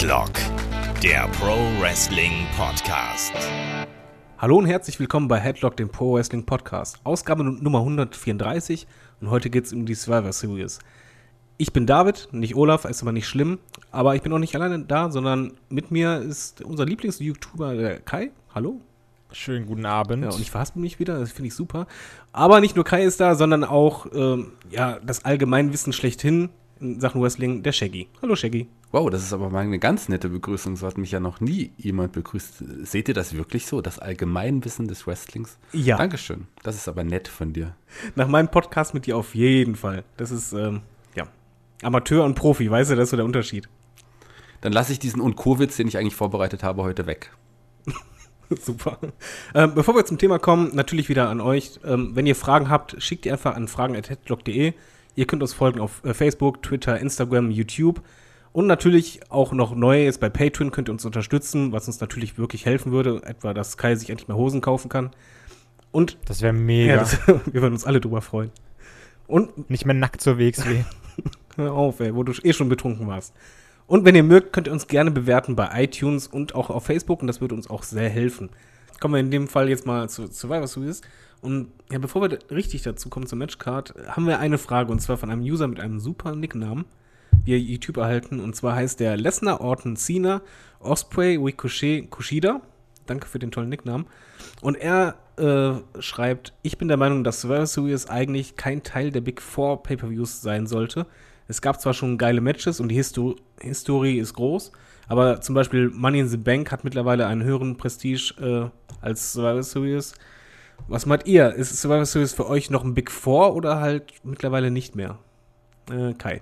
Headlock, der Pro Wrestling Podcast. Hallo und herzlich willkommen bei Headlock, dem Pro Wrestling Podcast. Ausgabe Nummer 134 und heute geht es um die Survivor Series. Ich bin David, nicht Olaf, ist aber nicht schlimm, aber ich bin auch nicht alleine da, sondern mit mir ist unser Lieblings-YouTuber, der Kai. Hallo. Schönen guten Abend. Ja, und ich verhaspel mich wieder, das finde ich super. Aber nicht nur Kai ist da, sondern auch das Allgemeinwissen schlechthin in Sachen Wrestling, der Shaggy. Hallo Shaggy. Wow, das ist aber mal eine ganz nette Begrüßung. So hat mich ja noch nie jemand begrüßt. Seht ihr das wirklich so, das Allgemeinwissen des Wrestlings? Ja. Dankeschön, das ist aber nett von dir. Nach meinem Podcast mit dir auf jeden Fall. Das ist, Amateur und Profi, weißt du, das ist so der Unterschied. Dann lasse ich diesen Und-Co-Witz, den ich eigentlich vorbereitet habe, heute weg. Super. Bevor wir zum Thema kommen, natürlich wieder an euch. Wenn ihr Fragen habt, schickt die einfach an fragen@headlock.de. Ihr könnt uns folgen auf Facebook, Twitter, Instagram, YouTube. Und natürlich auch noch neu, jetzt bei Patreon könnt ihr uns unterstützen, was uns natürlich wirklich helfen würde. Etwa, dass Kai sich endlich mehr Hosen kaufen kann. Und das wäre mega. Ja, wir würden uns alle drüber freuen. Und nicht mehr nackt zur WXW. Hör auf, wo du schon betrunken warst. Und wenn ihr mögt, könnt ihr uns gerne bewerten bei iTunes und auch auf Facebook. Und das würde uns auch sehr helfen. Kommen wir in dem Fall jetzt mal zu Survivor Series. Und ja, bevor wir richtig dazu kommen zur Matchcard, haben wir eine Frage. Und zwar von einem User mit einem super Nicknamen, wir YouTube erhalten. Und zwar heißt der Lesnar, Orton, Cena, Ospreay, Ricochet, Kushida. Danke für den tollen Nicknamen. Und er schreibt, ich bin der Meinung, dass Survivor Series eigentlich kein Teil der Big Four Pay-Per-Views sein sollte. Es gab zwar schon geile Matches und die Historie ist groß, aber zum Beispiel Money in the Bank hat mittlerweile einen höheren Prestige als Survivor Series. Was meint ihr? Ist Survivor Series für euch noch ein Big Four oder halt mittlerweile nicht mehr? Kai.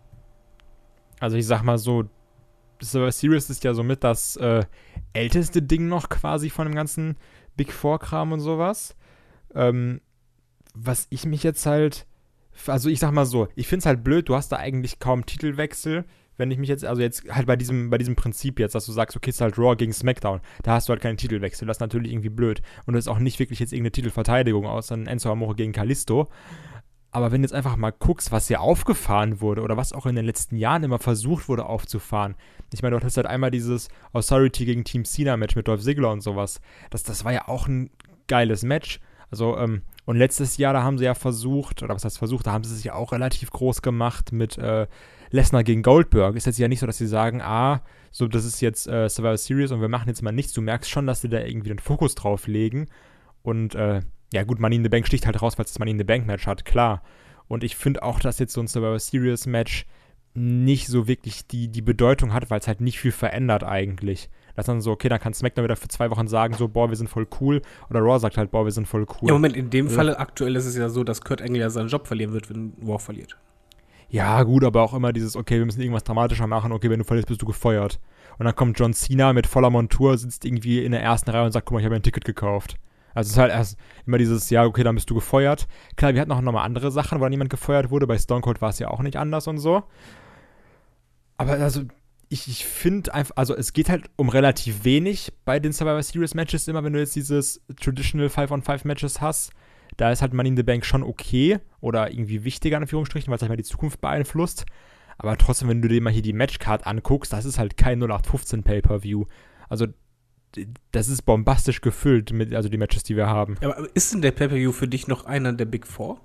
Also ich sag mal so, Survivor Series ist ja somit das älteste Ding noch quasi von dem ganzen Big Four-Kram und sowas. Was ich mich jetzt halt, also ich sag mal so, ich find's halt blöd, du hast da eigentlich kaum Titelwechsel, wenn ich mich jetzt, also jetzt halt bei diesem Prinzip jetzt, dass du sagst, okay, es ist halt Raw gegen SmackDown, da hast du halt keinen Titelwechsel, das ist natürlich irgendwie blöd. Und das ist auch nicht wirklich jetzt irgendeine Titelverteidigung, außer Enzo Amore gegen Kalisto. Aber wenn du jetzt einfach mal guckst, was hier aufgefahren wurde oder was auch in den letzten Jahren immer versucht wurde aufzufahren. Ich meine, du hast halt einmal dieses Authority gegen Team Cena-Match mit Dolph Ziggler und sowas. Das war ja auch ein geiles Match. Also, und letztes Jahr, da haben sie ja versucht, oder was heißt versucht, da haben sie es ja auch relativ groß gemacht mit Lesnar gegen Goldberg. Ist jetzt ja nicht so, dass sie sagen, so das ist jetzt Survivor Series und wir machen jetzt mal nichts. Du merkst schon, dass sie da irgendwie den Fokus drauf legen. Und ja gut, Money in the Bank sticht halt raus, weil es das Money in the Bank Match hat, klar. Und ich finde auch, dass jetzt so ein Survivor Series Match nicht so wirklich die Bedeutung hat, weil es halt nicht viel verändert eigentlich. Das ist dann so, okay, dann kann SmackDown wieder für 2 Wochen sagen, so, boah, wir sind voll cool. Oder Raw sagt halt, boah, wir sind voll cool. Ja, Moment, in dem Falle aktuell ist es ja so, dass Kurt Angle ja seinen Job verlieren wird, wenn Raw verliert. Ja, gut, aber auch immer dieses, okay, wir müssen irgendwas dramatischer machen, okay, wenn du verlierst, bist du gefeuert. Und dann kommt John Cena mit voller Montur, sitzt irgendwie in der ersten Reihe und sagt, guck mal, ich habe ein Ticket gekauft. Also es ist halt erst immer dieses, ja, okay, dann bist du gefeuert. Klar, wir hatten auch nochmal andere Sachen, wo dann niemand gefeuert wurde. Bei Stone Cold war es ja auch nicht anders und so. Aber also, ich finde einfach, also es geht halt um relativ wenig bei den Survivor Series Matches immer, wenn du jetzt dieses Traditional 5-on-5 Matches hast. Da ist halt Money in the Bank schon okay oder irgendwie wichtiger, in Anführungsstrichen, weil es halt mal die Zukunft beeinflusst. Aber trotzdem, wenn du dir mal hier die Matchcard anguckst, das ist halt kein 0815 Pay-Per-View. Also das ist bombastisch gefüllt mit, also die Matches, die wir haben. Aber ist denn der Pay-Per-View für dich noch einer der Big Four?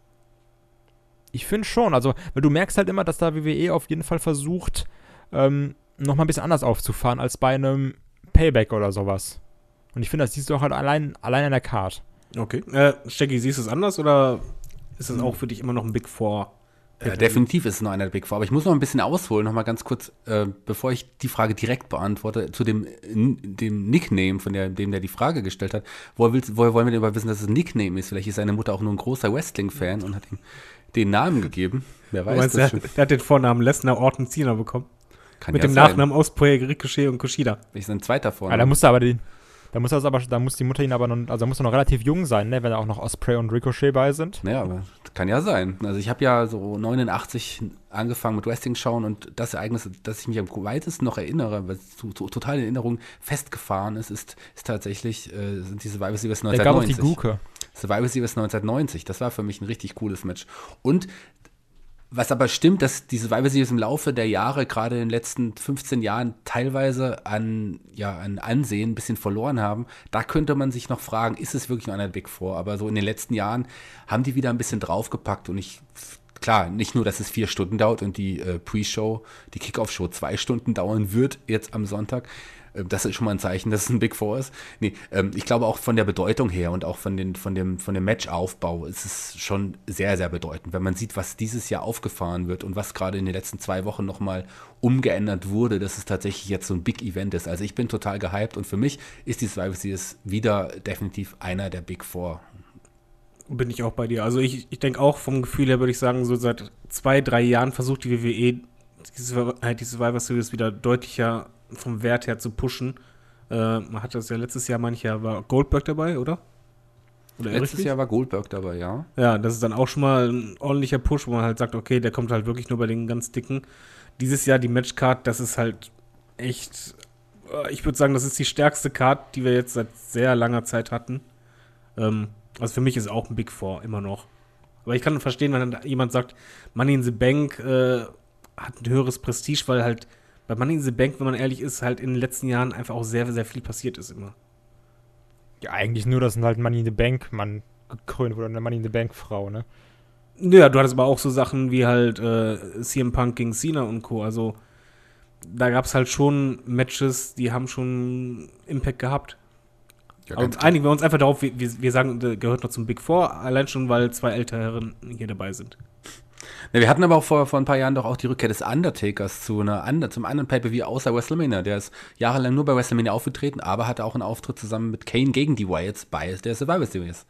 Ich finde schon, also, weil du merkst halt immer, dass da WWE auf jeden Fall versucht, nochmal ein bisschen anders aufzufahren als bei einem Payback oder sowas. Und ich finde, das siehst du auch halt allein an der Card. Okay. Shaggy, siehst du es anders oder ist es auch für dich immer noch ein Big Four? Ja, definitiv ist es noch einer der Big Four. Aber ich muss noch ein bisschen ausholen, noch mal ganz kurz, bevor ich die Frage direkt beantworte, zu dem Nickname, von dem der die Frage gestellt hat. Woher wollen wir denn überhaupt wissen, dass es ein Nickname ist? Vielleicht ist seine Mutter auch nur ein großer Wrestling-Fan und hat ihm den Namen gegeben. Wer weiß. Du meinst, der hat den Vornamen Lesnar, Orton, Cena bekommen? Kann mit ja dem sein. Nachnamen Ospreay, Ricochet und Kushida. Ich bin ein zweiter Vorname. Da muss die Mutter ihn aber noch, also muss er noch relativ jung sein, ne, wenn da auch noch Ospreay und Ricochet bei sind. Ja, aber kann ja sein. Also ich habe ja so 89 angefangen mit Wrestling schauen und das Ereignis, das ich mich am weitesten noch erinnere, was total in Erinnerung festgefahren ist tatsächlich, sind die Survivor Series 1990. Der gab auch die Guke. Survivor Series 1990, das war für mich ein richtig cooles Match. Und Was aber stimmt, dass die Survivor Series im Laufe der Jahre, gerade in den letzten 15 Jahren, teilweise an Ansehen ein bisschen verloren haben. Da könnte man sich noch fragen, ist es wirklich noch einer der Big Four? Aber so in den letzten Jahren haben die wieder ein bisschen draufgepackt. Und klar, nicht nur, dass es 4 Stunden dauert und die Pre-Show, die Kickoff-Show 2 Stunden dauern wird jetzt am Sonntag. Das ist schon mal ein Zeichen, dass es ein Big Four ist. Nee, ich glaube auch von der Bedeutung her und auch von dem Matchaufbau ist es schon sehr, sehr bedeutend. Wenn man sieht, was dieses Jahr aufgefahren wird und was gerade in den letzten 2 Wochen nochmal umgeändert wurde, dass es tatsächlich jetzt so ein Big Event ist. Also ich bin total gehypt und für mich ist die Survivor Series wieder definitiv einer der Big Four. Bin ich auch bei dir. Also ich denke auch vom Gefühl her, würde ich sagen, so seit 2-3 Jahren versucht die WWE die Survivor Series wieder deutlicher vom Wert her zu pushen. Man hatte das ja letztes Jahr, war Goldberg dabei, oder? Letztes Jahr war Goldberg dabei, ja. Ja, das ist dann auch schon mal ein ordentlicher Push, wo man halt sagt, okay, der kommt halt wirklich nur bei den ganz Dicken. Dieses Jahr die Matchcard, das ist halt echt, ich würde sagen, das ist die stärkste Card, die wir jetzt seit sehr langer Zeit hatten. Also für mich ist auch ein Big Four immer noch. Aber ich kann verstehen, wenn dann jemand sagt, Money in the Bank hat ein höheres Prestige, weil halt bei Money in the Bank, wenn man ehrlich ist, halt in den letzten Jahren einfach auch sehr, sehr viel passiert ist immer. Ja, eigentlich nur, dass halt Money in the Bank Mann gekrönt wurde, eine Money in the Bank Frau, ne? Ja, du hattest aber auch so Sachen wie halt CM Punk gegen Cena und Co. Also da gab es halt schon Matches, die haben schon Impact gehabt. Ja, und einigen wir uns einfach darauf, wir sagen, der gehört noch zum Big Four, allein schon, weil 2 ältere Herren hier dabei sind. Ja, wir hatten aber auch vor ein paar Jahren doch auch die Rückkehr des Undertakers zum anderen Pay-Per-View außer WrestleMania. Der ist jahrelang nur bei WrestleMania aufgetreten, aber hatte auch einen Auftritt zusammen mit Kane gegen die Wyatts bei der Survivor Series.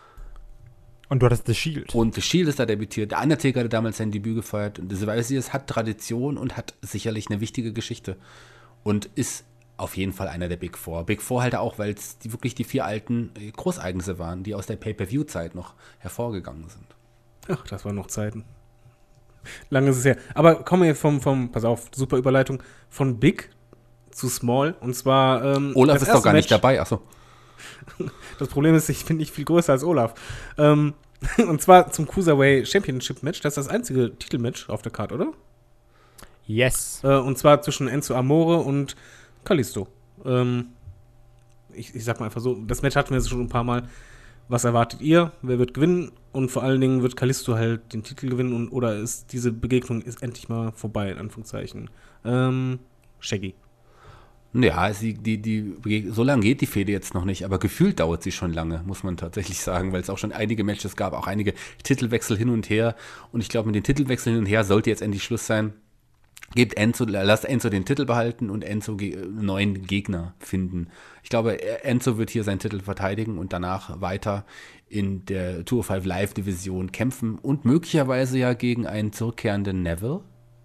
Und du hattest The Shield. Und The Shield ist da debütiert. Der Undertaker hatte damals sein Debüt gefeiert. Und The Survivor Series hat Tradition und hat sicherlich eine wichtige Geschichte. Und ist auf jeden Fall einer der Big Four. Big Four halt auch, weil es wirklich die 4 alten Großeignisse waren, die aus der Pay-Per-View-Zeit noch hervorgegangen sind. Ach, das waren noch Zeiten. Lange ist es her. Aber kommen wir pass auf, super Überleitung, von Big zu Small. Und zwar Olaf ist doch gar nicht dabei, achso. Das Problem ist, ich bin nicht viel größer als Olaf. Und zwar zum Cruiserweight Championship Match. Das ist das einzige Titelmatch auf der Card, oder? Yes. Und zwar zwischen Enzo Amore und Kalisto. Ich sag mal einfach so, das Match hatten wir jetzt schon ein paar Mal. Was erwartet ihr? Wer wird gewinnen? Und vor allen Dingen wird Kalisto halt den Titel gewinnen oder ist diese Begegnung endlich mal vorbei, in Anführungszeichen. Shaggy. Ja, so lange geht die Fehde jetzt noch nicht, aber gefühlt dauert sie schon lange, muss man tatsächlich sagen, weil es auch schon einige Matches gab, auch einige Titelwechsel hin und her. Und ich glaube, mit den Titelwechseln hin und her sollte jetzt endlich Schluss sein. Lasst Enzo den Titel behalten und Enzo neuen Gegner finden. Ich glaube, Enzo wird hier seinen Titel verteidigen und danach weiter in der 205 Live Division kämpfen und möglicherweise ja gegen einen zurückkehrenden Neville.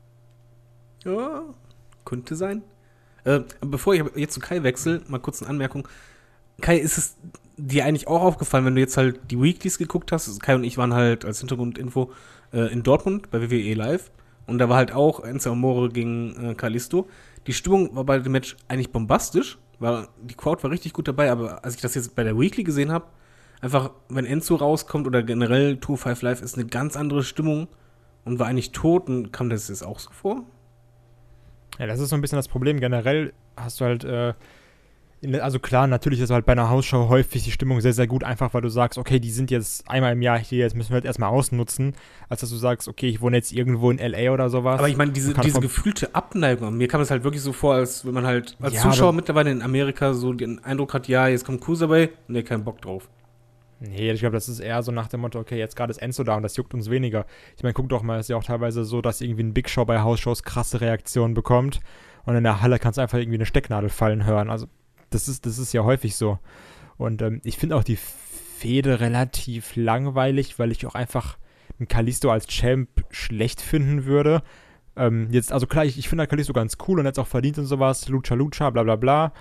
Ja, könnte sein. Bevor ich jetzt zu Kai wechsle, mal kurz eine Anmerkung. Kai, ist es dir eigentlich auch aufgefallen, wenn du jetzt halt die Weeklies geguckt hast? Kai und ich waren halt als Hintergrundinfo in Dortmund bei WWE Live. Und da war halt auch Enzo Amore gegen Kalisto. Die Stimmung war bei dem Match eigentlich bombastisch. Die Crowd war richtig gut dabei, aber als ich das jetzt bei der Weekly gesehen habe, einfach, wenn Enzo rauskommt oder generell 205 Live, ist eine ganz andere Stimmung und war eigentlich tot. Und kam das jetzt auch so vor? Ja, das ist so ein bisschen das Problem. Generell hast du halt, also klar, natürlich ist halt bei einer Hausshow häufig die Stimmung sehr, sehr gut, einfach weil du sagst, okay, die sind jetzt einmal im Jahr hier, jetzt müssen wir halt erstmal ausnutzen, als dass du sagst, okay, ich wohne jetzt irgendwo in L.A. oder sowas. Aber ich meine, diese gefühlte Abneigung, mir kam es halt wirklich so vor, als wenn man halt als Zuschauer mittlerweile in Amerika so den Eindruck hat, ja, jetzt kommt Cruiserweight, ne, keinen Bock drauf. Nee, ich glaube, das ist eher so nach dem Motto, okay, jetzt gerade ist Enzo da und das juckt uns weniger. Ich meine, guck doch mal, es ist ja auch teilweise so, dass irgendwie ein Big Show bei Hausshows krasse Reaktionen bekommt und in der Halle kannst du einfach irgendwie eine Stecknadel fallen hören. Also das ist ja häufig so. Und ich finde auch die Fehde relativ langweilig, weil ich auch einfach einen Kalisto als Champ schlecht finden würde. Also klar, ich finde Kalisto ganz cool und jetzt auch verdient und sowas, Lucha, bla bla bla.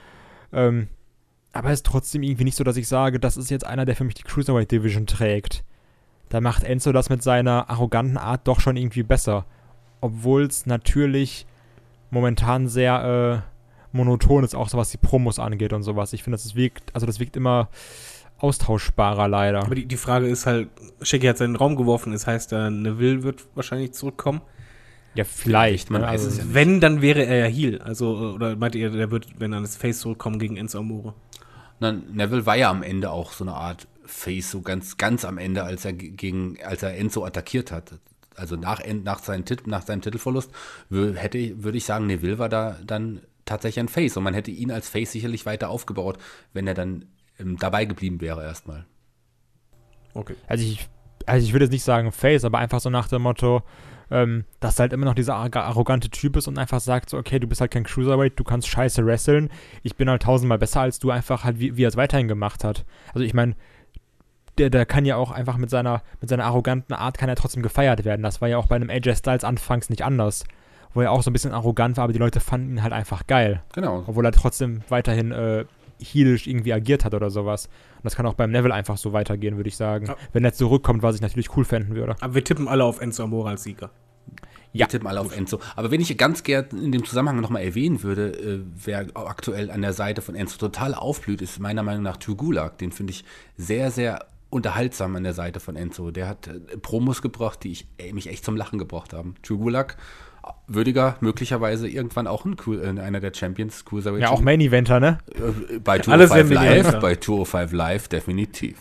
Aber es ist trotzdem irgendwie nicht so, dass ich sage, das ist jetzt einer, der für mich die Cruiserweight Division trägt. Da macht Enzo das mit seiner arroganten Art doch schon irgendwie besser. Obwohl es natürlich momentan sehr monoton ist, auch so was die Promos angeht und sowas. Ich finde, das wirkt immer austauschbarer leider. Aber die Frage ist halt, Shaggy hat seinen Raum geworfen, das heißt, Neville wird wahrscheinlich zurückkommen. Ja, vielleicht. Man Ne? weiß Also, es ja nicht. Wenn, dann wäre er ja Heel. Also, oder meint ihr, der wird, wenn er das Face zurückkommen, gegen Enzo Amore? Neville war ja am Ende auch so eine Art Face, so ganz, ganz am Ende, als er Enzo attackiert hat. Also nach seinem Titelverlust würde ich sagen, Neville war da dann tatsächlich ein Face. Und man hätte ihn als Face sicherlich weiter aufgebaut, wenn er dann dabei geblieben wäre erstmal. Okay. Also ich würde jetzt nicht sagen Face, aber einfach so nach dem Motto, dass er halt immer noch dieser arrogante Typ ist und einfach sagt so, okay, du bist halt kein Cruiserweight, du kannst scheiße wresteln, ich bin halt 1000-mal besser als du, einfach halt, wie er es weiterhin gemacht hat. Also ich meine, der kann ja auch einfach mit seiner arroganten Art kann er trotzdem gefeiert werden. Das war ja auch bei einem AJ Styles anfangs nicht anders, wo er auch so ein bisschen arrogant war, aber die Leute fanden ihn halt einfach geil. Genau. Obwohl er trotzdem weiterhin heelisch irgendwie agiert hat oder sowas. Und das kann auch beim Neville einfach so weitergehen, würde ich sagen. Ja. Wenn er zurückkommt, was ich natürlich cool fänden würde. Aber wir tippen alle auf Enzo Amore als Sieger. Ja. Wir tippen alle auf Enzo. Aber wenn ich ganz gern in dem Zusammenhang nochmal erwähnen würde, wer aktuell an der Seite von Enzo total aufblüht, ist meiner Meinung nach Drew Gulak. Den finde ich sehr, sehr unterhaltsam an der Seite von Enzo. Der hat Promos gebracht, die mich echt zum Lachen gebracht haben. Drew Gulak, würdiger, möglicherweise irgendwann auch einer der Champions. Ja, auch Main Eventer, ne? Bei 205 Live definitiv.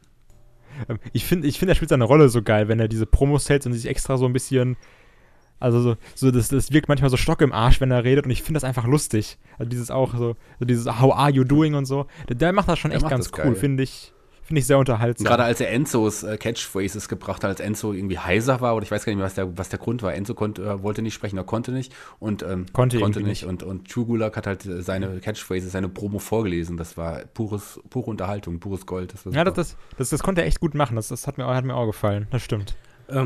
Ich finde, er spielt seine Rolle so geil, wenn er diese Promos hält und sich extra so ein bisschen, also so das wirkt manchmal so Stock im Arsch, wenn er redet, und ich finde das einfach lustig. Also dieses auch so dieses How are you doing und so. Der macht das schon echt ganz cool, finde ich. Finde ich sehr unterhaltsam. Gerade als er Enzos Catchphrases gebracht hat, als Enzo irgendwie heiser war, oder ich weiß gar nicht mehr, was der Grund war. Enzo wollte nicht sprechen, er konnte nicht. Und konnte nicht. Und Drew Gulak hat halt seine Catchphrases, seine Promo vorgelesen. Das war pure Unterhaltung, pures Gold. Das konnte er echt gut machen. Das hat mir auch gefallen. Das stimmt.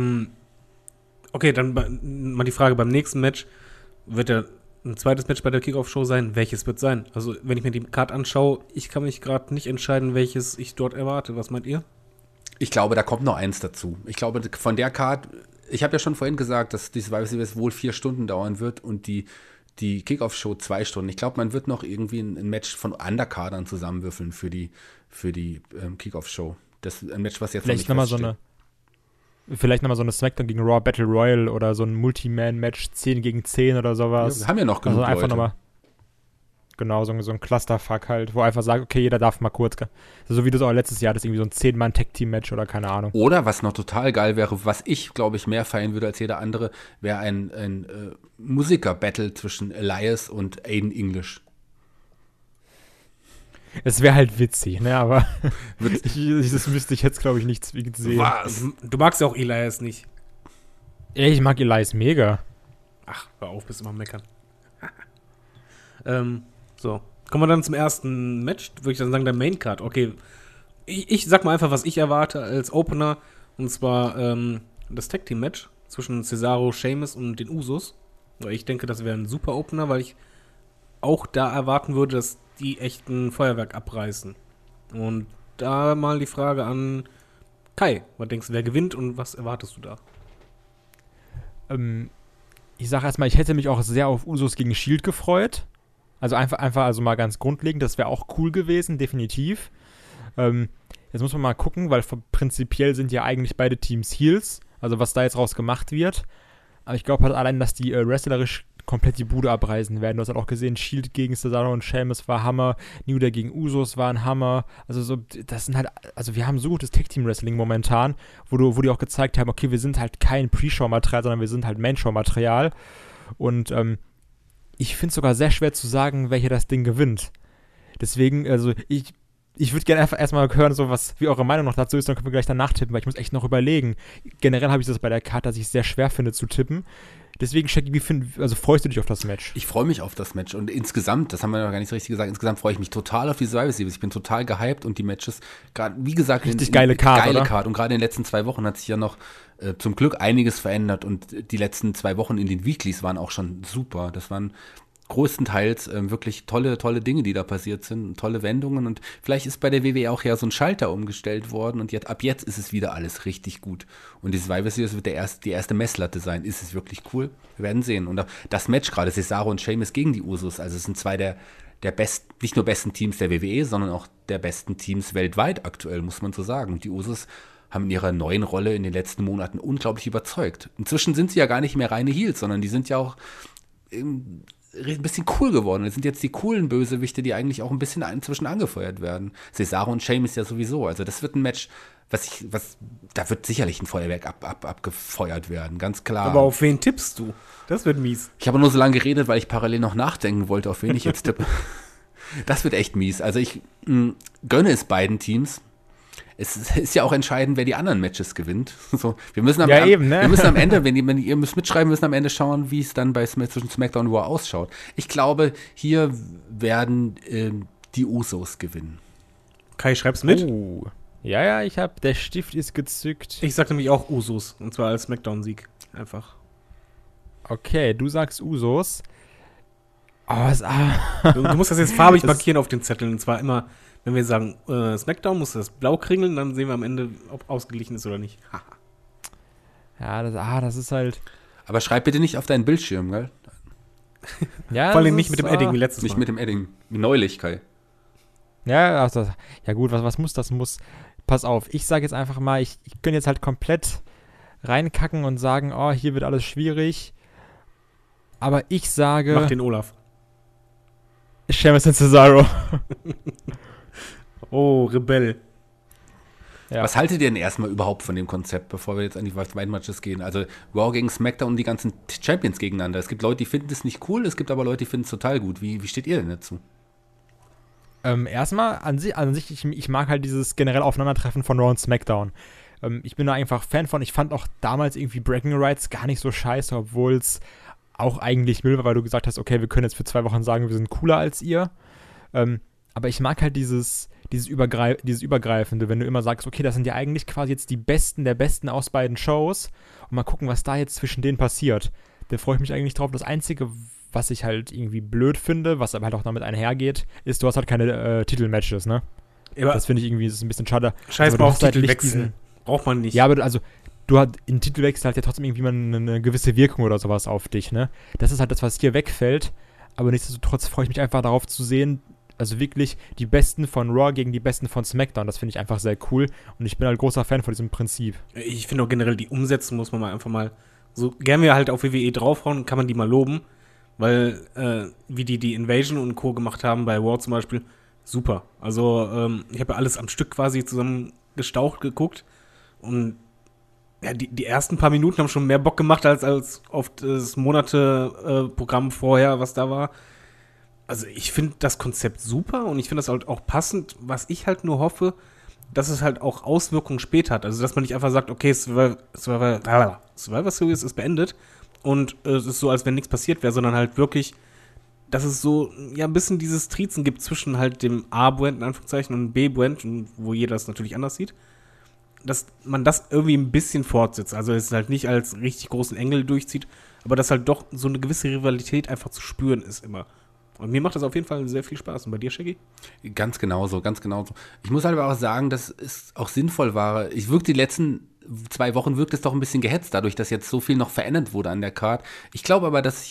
Okay, dann mal die Frage, beim nächsten Match wird er ein zweites Match bei der Kickoff-Show sein. Welches wird sein? Also, wenn ich mir die Card anschaue, ich kann mich gerade nicht entscheiden, welches ich dort erwarte. Was meint ihr? Ich glaube, da kommt noch eins dazu. Ich glaube, von der Card, ich habe ja schon vorhin gesagt, dass die Survivor Series wohl 4 Stunden dauern wird und die Kickoff-Show 2 Stunden. Ich glaube, man wird noch irgendwie ein Match von Undercardern zusammenwürfeln für die Kickoff-Show. Das ist ein Match, was jetzt vielleicht nochmal Vielleicht nochmal so eine Smackdown gegen Raw Battle Royal oder so ein Multi-Man-Match 10 gegen 10 oder sowas. Ja, wir haben ja noch genug also einfach Leute. Nochmal, genau, so ein Clusterfuck halt, wo einfach sagt, okay, jeder darf mal kurz. So wie du es auch letztes Jahr hattest, irgendwie so ein 10-Mann-Tag-Team-Match oder keine Ahnung. Oder was noch total geil wäre, was ich, glaube ich, mehr feiern würde als jeder andere, wäre ein Musiker-Battle zwischen Elias und Aiden English. Es wäre halt witzig, ne, aber das müsste ich jetzt, glaube ich, nicht zwingend sehen. Was? Du magst ja auch Elias nicht. Ey, ich mag Elias mega. Ach, hör auf, bist immer meckern. So, kommen wir dann zum ersten Match. Würde ich dann sagen, der Main Card. Okay, ich sag mal einfach, was ich erwarte als Opener. Und zwar das Tag Team Match zwischen Cesaro, Sheamus und den Usos. Weil ich denke, das wäre ein super Opener, weil ich auch da erwarten würde, dass die echt ein Feuerwerk abreißen. Und da mal die Frage an Kai. Was denkst du, wer gewinnt und was erwartest du da? Ich sage erstmal, ich hätte mich auch sehr auf Usos gegen Shield gefreut. Also einfach also mal ganz grundlegend, das wäre auch cool gewesen, definitiv. Jetzt muss man mal gucken, weil prinzipiell sind ja eigentlich beide Teams Heels, also was da jetzt raus gemacht wird. Aber ich glaube halt allein, dass die wrestlerisch komplett die Bude abreißen werden. Du hast halt auch gesehen, Shield gegen Cesaro und Sheamus war Hammer, New Day gegen Usos war ein Hammer. Also so, das sind halt, also wir haben so gutes Tag-Team-Wrestling momentan, wo die auch gezeigt haben, okay, wir sind halt kein Pre-Show-Material, sondern wir sind halt Main-Show-Material. Und ich finde es sogar sehr schwer zu sagen, welcher das Ding gewinnt. Deswegen, also ich würde gerne einfach erstmal hören, so wie eure Meinung noch dazu ist, dann können wir gleich danach tippen, weil ich muss echt noch überlegen. Generell habe ich das bei der Karte, dass ich es sehr schwer finde zu tippen. Deswegen, Shaggy, freust du dich auf das Match? Ich freue mich auf das Match und insgesamt, das haben wir noch gar nicht so richtig gesagt, insgesamt freue ich mich total auf die Survivor Series. Ich bin total gehypt und die Matches, gerade wie gesagt, richtig geile Card, und gerade in den letzten 2 Wochen hat sich ja noch zum Glück einiges verändert und die letzten 2 Wochen in den Weeklies waren auch schon super. Das waren größtenteils wirklich tolle Dinge, die da passiert sind, tolle Wendungen und vielleicht ist bei der WWE auch ja so ein Schalter umgestellt worden und ab jetzt ist es wieder alles richtig gut und die Survivor Series wird die erste Messlatte sein. Ist es wirklich cool? Wir werden sehen. Und das Match gerade, Cesaro und Sheamus gegen die Usos, also es sind 2 der nicht nur besten Teams der WWE, sondern auch der besten Teams weltweit aktuell, muss man so sagen. Und die Usos haben in ihrer neuen Rolle in den letzten Monaten unglaublich überzeugt. Inzwischen sind sie ja gar nicht mehr reine Heels, sondern die sind ja auch ein bisschen cool geworden. Das sind jetzt die coolen Bösewichte, die eigentlich auch ein bisschen inzwischen angefeuert werden. Cesaro und Sheamus ja sowieso. Also das wird ein Match, da wird sicherlich ein Feuerwerk abgefeuert werden, ganz klar. Aber auf wen tippst du? Das wird mies. Ich habe nur so lange geredet, weil ich parallel noch nachdenken wollte, auf wen ich jetzt tippe. Das wird echt mies. Also ich gönne es beiden Teams. Es ist ja auch entscheidend, wer die anderen Matches gewinnt. So, wir müssen am Ende, wenn ihr müsst mitschreiben, müssen am Ende schauen, wie es dann zwischen SmackDown und Raw ausschaut. Ich glaube, hier werden die Usos gewinnen. Kai, schreib's mit. Ja, der Stift ist gezückt. Ich sag nämlich auch Usos, und zwar als SmackDown-Sieg. Einfach. Okay, du sagst Usos. Du musst das jetzt farbig markieren auf den Zetteln. Und zwar immer, wenn wir sagen SmackDown, musst du das blau kringeln, dann sehen wir am Ende, ob ausgeglichen ist oder nicht. Ja, das ist halt... Aber schreib bitte nicht auf deinen Bildschirm, gell? Ja, vor allem nicht mit dem Edding wie letztes Mal. Nicht mit dem Edding, wie neulich, Kai. Ja, ja gut, was muss, das muss. Pass auf, ich sage jetzt einfach mal, ich könnte jetzt halt komplett reinkacken und sagen, oh, hier wird alles schwierig. Aber ich sage... Mach den Olaf. Sheamus und Cesaro. Oh, Rebell. Ja. Was haltet ihr denn erstmal überhaupt von dem Konzept, bevor wir jetzt an die zweiten Matches gehen? Also Raw gegen SmackDown und die ganzen Champions gegeneinander. Es gibt Leute, die finden es nicht cool, es gibt aber Leute, die finden es total gut. Wie steht ihr denn dazu? Erstmal an sich ich mag halt dieses generelle Aufeinandertreffen von Raw und SmackDown. Ich bin da einfach Fan von. Ich fand auch damals irgendwie Bragging Rights gar nicht so scheiße, obwohl es auch eigentlich Müll war, weil du gesagt hast, okay, wir können jetzt für 2 Wochen sagen, wir sind cooler als ihr. Aber ich mag halt dieses Übergreifende, wenn du immer sagst, okay, das sind ja eigentlich quasi jetzt die Besten der Besten aus beiden Shows und mal gucken, was da jetzt zwischen denen passiert. Da freue ich mich eigentlich drauf. Das Einzige, was ich halt irgendwie blöd finde, was aber halt auch damit einhergeht, ist, du hast halt keine Titelmatches, ne? Aber das finde ich irgendwie, ist ein bisschen schade. Scheiß mal auf Titelwechsel. Braucht man nicht. Ja, aber du hast in Titelwechsel halt ja trotzdem irgendwie mal eine gewisse Wirkung oder sowas auf dich, ne? Das ist halt das, was hier wegfällt. Aber nichtsdestotrotz freue ich mich einfach darauf zu sehen, also wirklich die Besten von Raw gegen die Besten von SmackDown. Das finde ich einfach sehr cool. Und ich bin halt großer Fan von diesem Prinzip. Ich finde auch generell die Umsetzung muss man mal einfach mal, so gern wir halt auf WWE draufhauen, kann man die mal loben. Weil, wie die Invasion und Co. gemacht haben, bei Raw zum Beispiel, super. Also, ich habe ja alles am Stück quasi zusammen gestaucht geguckt. Und ja, die ersten paar Minuten haben schon mehr Bock gemacht, als auf das Monate-Programm vorher, was da war. Also ich finde das Konzept super und ich finde das halt auch passend. Was ich halt nur hoffe, dass es halt auch Auswirkungen später hat. Also dass man nicht einfach sagt, okay, Survivor Series ist beendet und es ist so, als wenn nichts passiert wäre, sondern halt wirklich, dass es so ja ein bisschen dieses Triezen gibt zwischen halt dem A-Brand in Anführungszeichen und B-Brand, wo jeder das natürlich anders sieht. Dass man das irgendwie ein bisschen fortsetzt. Also es halt nicht als richtig großen Engel durchzieht, aber dass halt doch so eine gewisse Rivalität einfach zu spüren ist immer. Und mir macht das auf jeden Fall sehr viel Spaß. Und bei dir, Shaggy? Ganz genauso, ganz genauso. Ich muss halt aber auch sagen, dass es auch sinnvoll war. Die letzten 2 Wochen wirkt es doch ein bisschen gehetzt, dadurch, dass jetzt so viel noch verändert wurde an der Card. Ich glaube aber, dass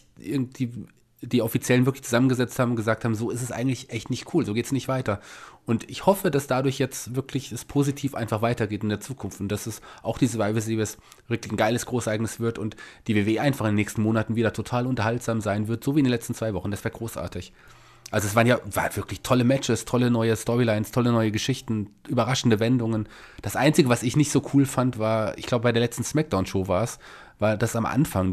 die Offiziellen wirklich zusammengesetzt haben und gesagt haben, so ist es eigentlich echt nicht cool, so geht es nicht weiter. Und ich hoffe, dass dadurch jetzt wirklich es positiv einfach weitergeht in der Zukunft und dass es auch die Survivor Series wirklich ein geiles Großereignis wird und die WWE einfach in den nächsten Monaten wieder total unterhaltsam sein wird, so wie in den letzten 2 Wochen. Das wäre großartig. Also es waren wirklich tolle Matches, tolle neue Storylines, tolle neue Geschichten, überraschende Wendungen. Das Einzige, was ich nicht so cool fand, war, ich glaube bei der letzten Smackdown-Show war das am Anfang,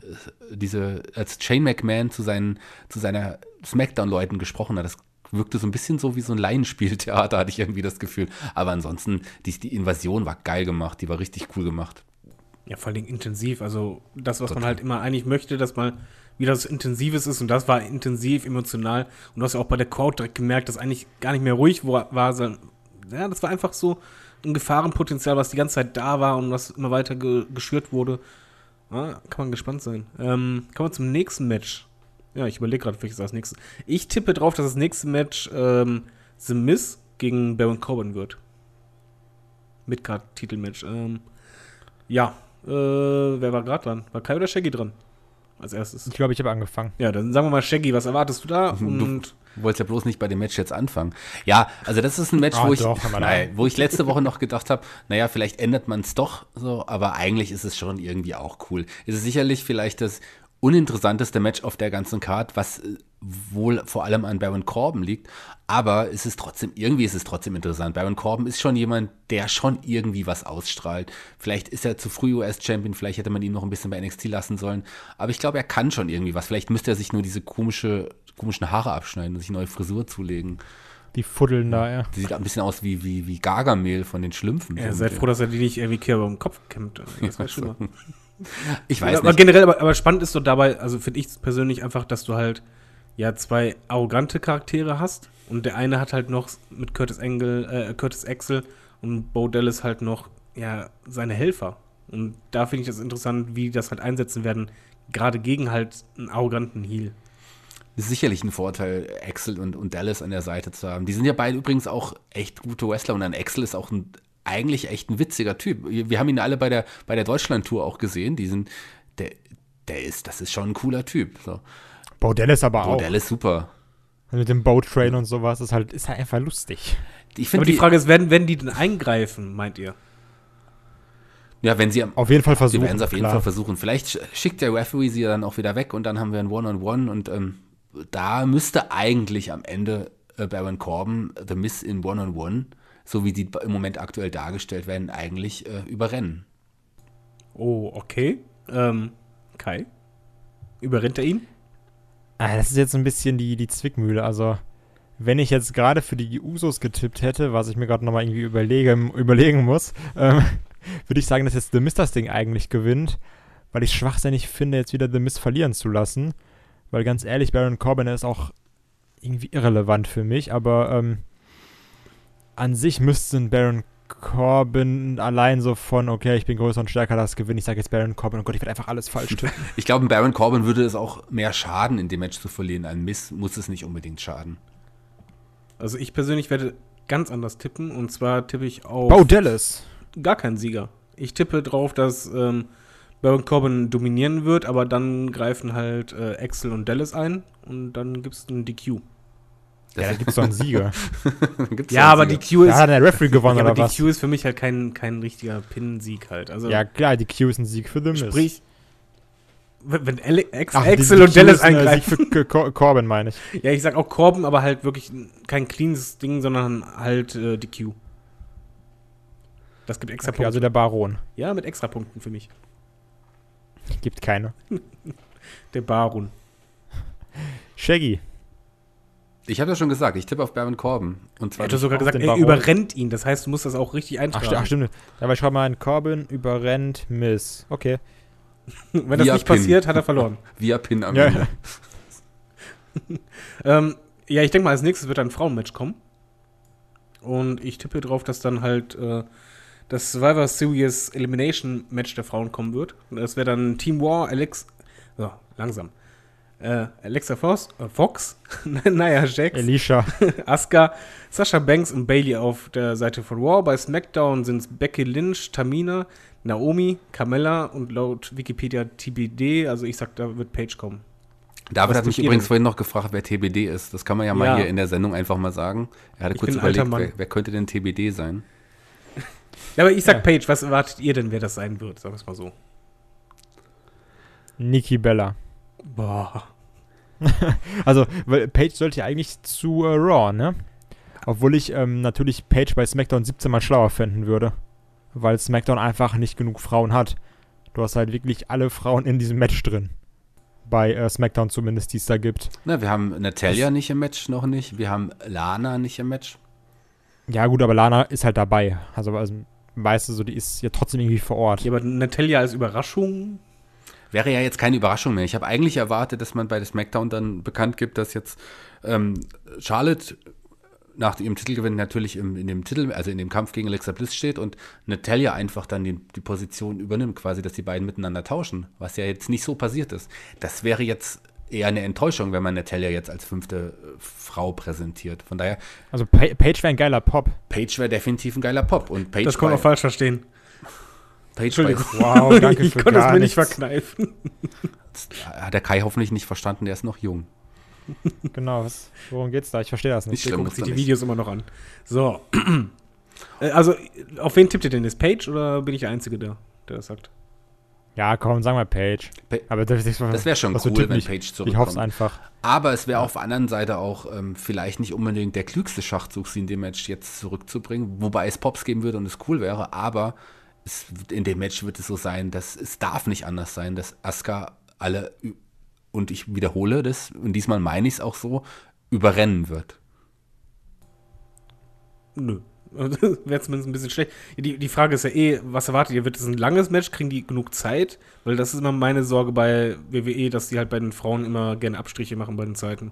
als Shane McMahon zu seiner Smackdown-Leuten gesprochen hat. Das wirkte so ein bisschen so wie so ein Laienspieltheater, hatte ich irgendwie das Gefühl. Aber ansonsten, die Invasion war geil gemacht, die war richtig cool gemacht. Ja, vor allem intensiv. Also das, was man halt immer eigentlich möchte, dass mal wieder so Intensives ist. Und das war intensiv, emotional. Und du hast ja auch bei der Crowd direkt gemerkt, dass eigentlich gar nicht mehr ruhig war. Ja, das war einfach so ein Gefahrenpotenzial, was die ganze Zeit da war und was immer weiter geschürt wurde. Ja, kann man gespannt sein. Kommen wir zum nächsten Match. Ja, ich überlege gerade, welches das nächste. Ich tippe drauf, dass das nächste Match The Miz gegen Baron Corbin wird. Midcard-Titelmatch. Ja, wer war gerade dran? War Kai oder Shaggy dran? als erstes? Ich glaube, ich habe angefangen. Ja, dann sagen wir mal, Shaggy, was erwartest du da? Und Du wolltest ja bloß nicht bei dem Match jetzt anfangen. Ja, also das ist ein Match, wo ich letzte Woche noch gedacht habe, naja, vielleicht ändert man es doch so, aber eigentlich ist es schon irgendwie auch cool. Es ist sicherlich vielleicht das uninteressanteste Match auf der ganzen Card, was wohl vor allem an Baron Corbin liegt, aber es ist trotzdem interessant. Baron Corbin ist schon jemand, der schon irgendwie was ausstrahlt. Vielleicht ist er zu früh US-Champion, vielleicht hätte man ihn noch ein bisschen bei NXT lassen sollen, aber ich glaube, er kann schon irgendwie was. Vielleicht müsste er sich nur diese komischen Haare abschneiden und sich eine neue Frisur zulegen. Die fuddeln da, ja. Die sieht ein bisschen aus wie Gargamel von den Schlümpfen. ja, seid froh, dass er die nicht irgendwie quer über den Kopf kämmt. Das wäre schlimmer. Ich weiß aber nicht. generell, aber spannend ist so dabei, also finde ich persönlich einfach, dass du halt ja 2 arrogante Charaktere hast und der eine hat halt noch mit Curtis Axel und Bo Dallas halt noch ja seine Helfer. Und da finde ich das interessant, wie die das halt einsetzen werden, gerade gegen halt einen arroganten Heel. Ist sicherlich ein Vorteil, Axel und Dallas an der Seite zu haben. Die sind ja beide übrigens auch echt gute Wrestler und dann Axel ist auch eigentlich echt ein witziger Typ. Wir haben ihn alle bei der Deutschland-Tour auch gesehen. Das ist schon ein cooler Typ. So. Bo Dallas aber auch. Bo Dallas super. Mit dem Boat Train und sowas ist halt einfach lustig. Aber die Frage ist, werden die denn eingreifen, meint ihr? Ja, wenn sie auf jeden Fall versuchen. Sie werden es auf jeden Fall versuchen. Vielleicht schickt der Referee sie dann auch wieder weg und dann haben wir ein One-on-One und da müsste eigentlich am Ende Baron Corbin The Miz in One-on-One, so wie die im Moment aktuell dargestellt werden, eigentlich überrennen. Oh, okay. Kai? Überrennt er ihn? Das ist jetzt ein bisschen die Zwickmühle. Also, wenn ich jetzt gerade für die Usos getippt hätte, was ich mir gerade nochmal irgendwie überlegen muss, würde ich sagen, dass jetzt The Miz das Ding eigentlich gewinnt, weil ich schwachsinnig finde, jetzt wieder The Miz verlieren zu lassen. Weil ganz ehrlich, Baron Corbin ist auch irgendwie irrelevant für mich, aber an sich müsste ein Baron Corbin allein so von, okay, ich bin größer und stärker, das gewinnen. Ich sage jetzt Baron Corbin, oh Gott, ich werde einfach alles falsch tippen. Ich glaube, Baron Corbin würde es auch mehr schaden, in dem Match zu verlieren. Ein Miz muss es nicht unbedingt schaden. Also ich persönlich werde ganz anders tippen und zwar tippe ich auf Bo Dallas. Gar keinen Sieger. Ich tippe drauf, dass Baron Corbin dominieren wird, aber dann greifen halt Axel und Dallas ein und dann gibt es einen DQ. Ja, da gibt es doch einen Sieger. Ja, aber DQ ist... Da hat der Referee gewonnen, ja, oder aber was? DQ ist für mich halt kein richtiger Pin-Sieg halt. Also, ja, klar, DQ ist ein Sieg für The Miz. Sprich, wenn Axel und Dallas eingreifen... Sieg für Corbin, meine ich. Ja, ich sag auch Corbin, aber halt wirklich kein cleanes Ding, sondern halt DQ. Das gibt extra Punkte. Also der Baron. Ja, mit extra Punkten für mich. Gibt keine. Der Baron. Shaggy. Ich habe ja schon gesagt, ich tippe auf Baron Corbin. Und zwar Er hat sogar gesagt, er überrennt ihn. Das heißt, du musst das auch richtig eintragen. Ach, stimmt. Aber ich schreibe mal ein Corbin überrennt Miz. Okay. Wenn das nicht passiert, hat er verloren. Via Pin am Ende. Ja, ich denke mal, als nächstes wird ein Frauenmatch kommen. Und ich tippe drauf, dass dann halt das Survivor Series Elimination Match der Frauen kommen wird. Das wäre dann Team War, Alexa Fox, Nia Jax, Alicia, Asuka, Sasha Banks und Bayley auf der Seite von Raw. Bei SmackDown sind es Becky Lynch, Tamina, Naomi, Carmella und laut Wikipedia TBD. Also ich sag, da wird Paige kommen. David hat mich übrigens vorhin noch gefragt, wer TBD ist. Das kann man ja mal hier in der Sendung einfach mal sagen. Er hatte kurz überlegt, wer könnte denn TBD sein? Ja, aber ich sag Paige, was erwartet ihr denn, wer das sein wird? Sagen wir es mal so. Nikki Bella. Boah. Also, weil Paige sollte ja eigentlich zu Raw, ne? Obwohl ich natürlich Paige bei SmackDown 17 mal schlauer finden würde. Weil SmackDown einfach nicht genug Frauen hat. Du hast halt wirklich alle Frauen in diesem Match drin. Bei SmackDown zumindest, die es da gibt. Na, wir haben Natalya nicht im Match, noch nicht. Wir haben Lana nicht im Match. Ja gut, aber Lana ist halt dabei. Also weißt du, so, die ist ja trotzdem irgendwie vor Ort. Ja, aber Natalya als Überraschung... Wäre ja jetzt keine Überraschung mehr. Ich habe eigentlich erwartet, dass man bei der SmackDown dann bekannt gibt, dass jetzt Charlotte nach ihrem Titelgewinn natürlich in dem Kampf gegen Alexa Bliss steht und Natalya einfach dann die Position übernimmt, quasi, dass die beiden miteinander tauschen, was ja jetzt nicht so passiert ist. Das wäre jetzt eher eine Enttäuschung, wenn man Natalya jetzt als 5. Frau präsentiert. Von daher... Also Paige wäre ein geiler Pop. Paige wäre definitiv ein geiler Pop. Und Paige das kann man auch falsch verstehen. Paige wow, danke für ich konnte es mir nicht verkneifen. hat der Kai hoffentlich nicht verstanden, der ist noch jung. Genau, worum geht's da? Ich verstehe das nicht. Nicht schlimm, Guckt muss sich doch die nicht. Videos immer noch an. So. Also, auf wen tippt ihr denn? Ist Page oder bin ich der Einzige, der das sagt? Ja, komm, sagen wir Page. Aber das wäre schon was wir cool, tippen wenn nicht. Page Ich zurückkommt. hoffe es einfach. Aber es wäre auf der anderen Seite auch vielleicht nicht unbedingt der klügste Schachzug, sie in dem Match jetzt zurückzubringen, wobei es Pops geben würde und es cool wäre, aber in dem Match wird es so sein, dass es darf nicht anders sein, dass Asuka alle, und ich wiederhole das, und diesmal meine ich es auch so, überrennen wird. Nö. Wäre zumindest ein bisschen schlecht. Die Frage ist ja was erwartet ihr? Wird es ein langes Match? Kriegen die genug Zeit? Weil das ist immer meine Sorge bei WWE, dass die halt bei den Frauen immer gerne Abstriche machen bei den Zeiten.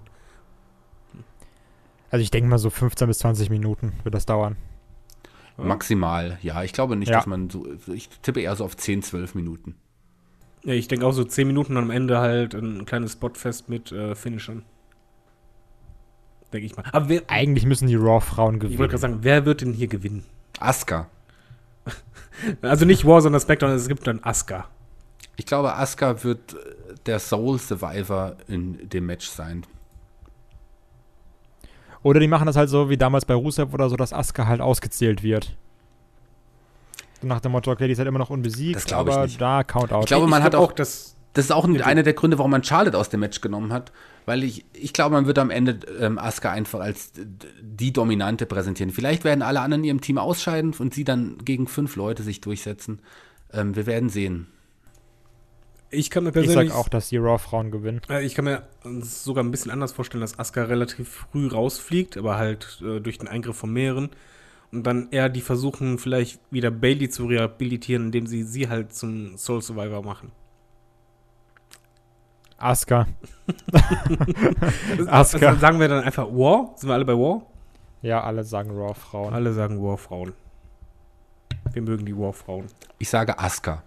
Also ich denke mal so 15 bis 20 Minuten wird das dauern. Ja. Maximal, ja. Ich glaube nicht, Ja. dass man so, ich tippe eher so auf 10, 12 Minuten. Ja, ich denke auch so 10 Minuten und am Ende halt ein kleines Spotfest mit Finishern. Denke ich mal. Aber Eigentlich müssen die Raw-Frauen ich wollte gewinnen. gerade sagen, wer wird denn hier gewinnen? Asuka. Also nicht War, sondern SmackDown, es gibt dann Asuka. Ich glaube, Asuka wird der Soul Survivor in dem Match sein. Oder die machen das halt so wie damals bei Rusev oder so, dass Asuka halt ausgezählt wird. So nach dem Motto, okay, die ist halt immer noch unbesiegt, Das glaube ich aber nicht. da Countout. Ich glaube, man hat glaub auch das. Das ist auch einer der Gründe, warum man Charlotte aus dem Match genommen hat, weil ich glaube, man wird am Ende Asuka einfach als die Dominante präsentieren. Vielleicht werden alle anderen in ihrem Team ausscheiden und sie dann gegen 5 Leute sich durchsetzen. Wir werden sehen. Ich kann mir Ich persönlich. sag auch, dass die Raw-Frauen gewinnen. Ich kann mir sogar ein bisschen anders vorstellen, dass Asuka relativ früh rausfliegt, aber halt durch den Eingriff von mehreren. Und dann eher die versuchen, vielleicht wieder Bayley zu rehabilitieren, indem sie halt zum Soul Survivor machen. Asuka. Also Asuka. sagen wir dann einfach War? Sind wir alle bei War? Ja, alle sagen Raw-Frauen. Alle sagen War-Frauen. Wir mögen die War-Frauen. Ich sage Asuka.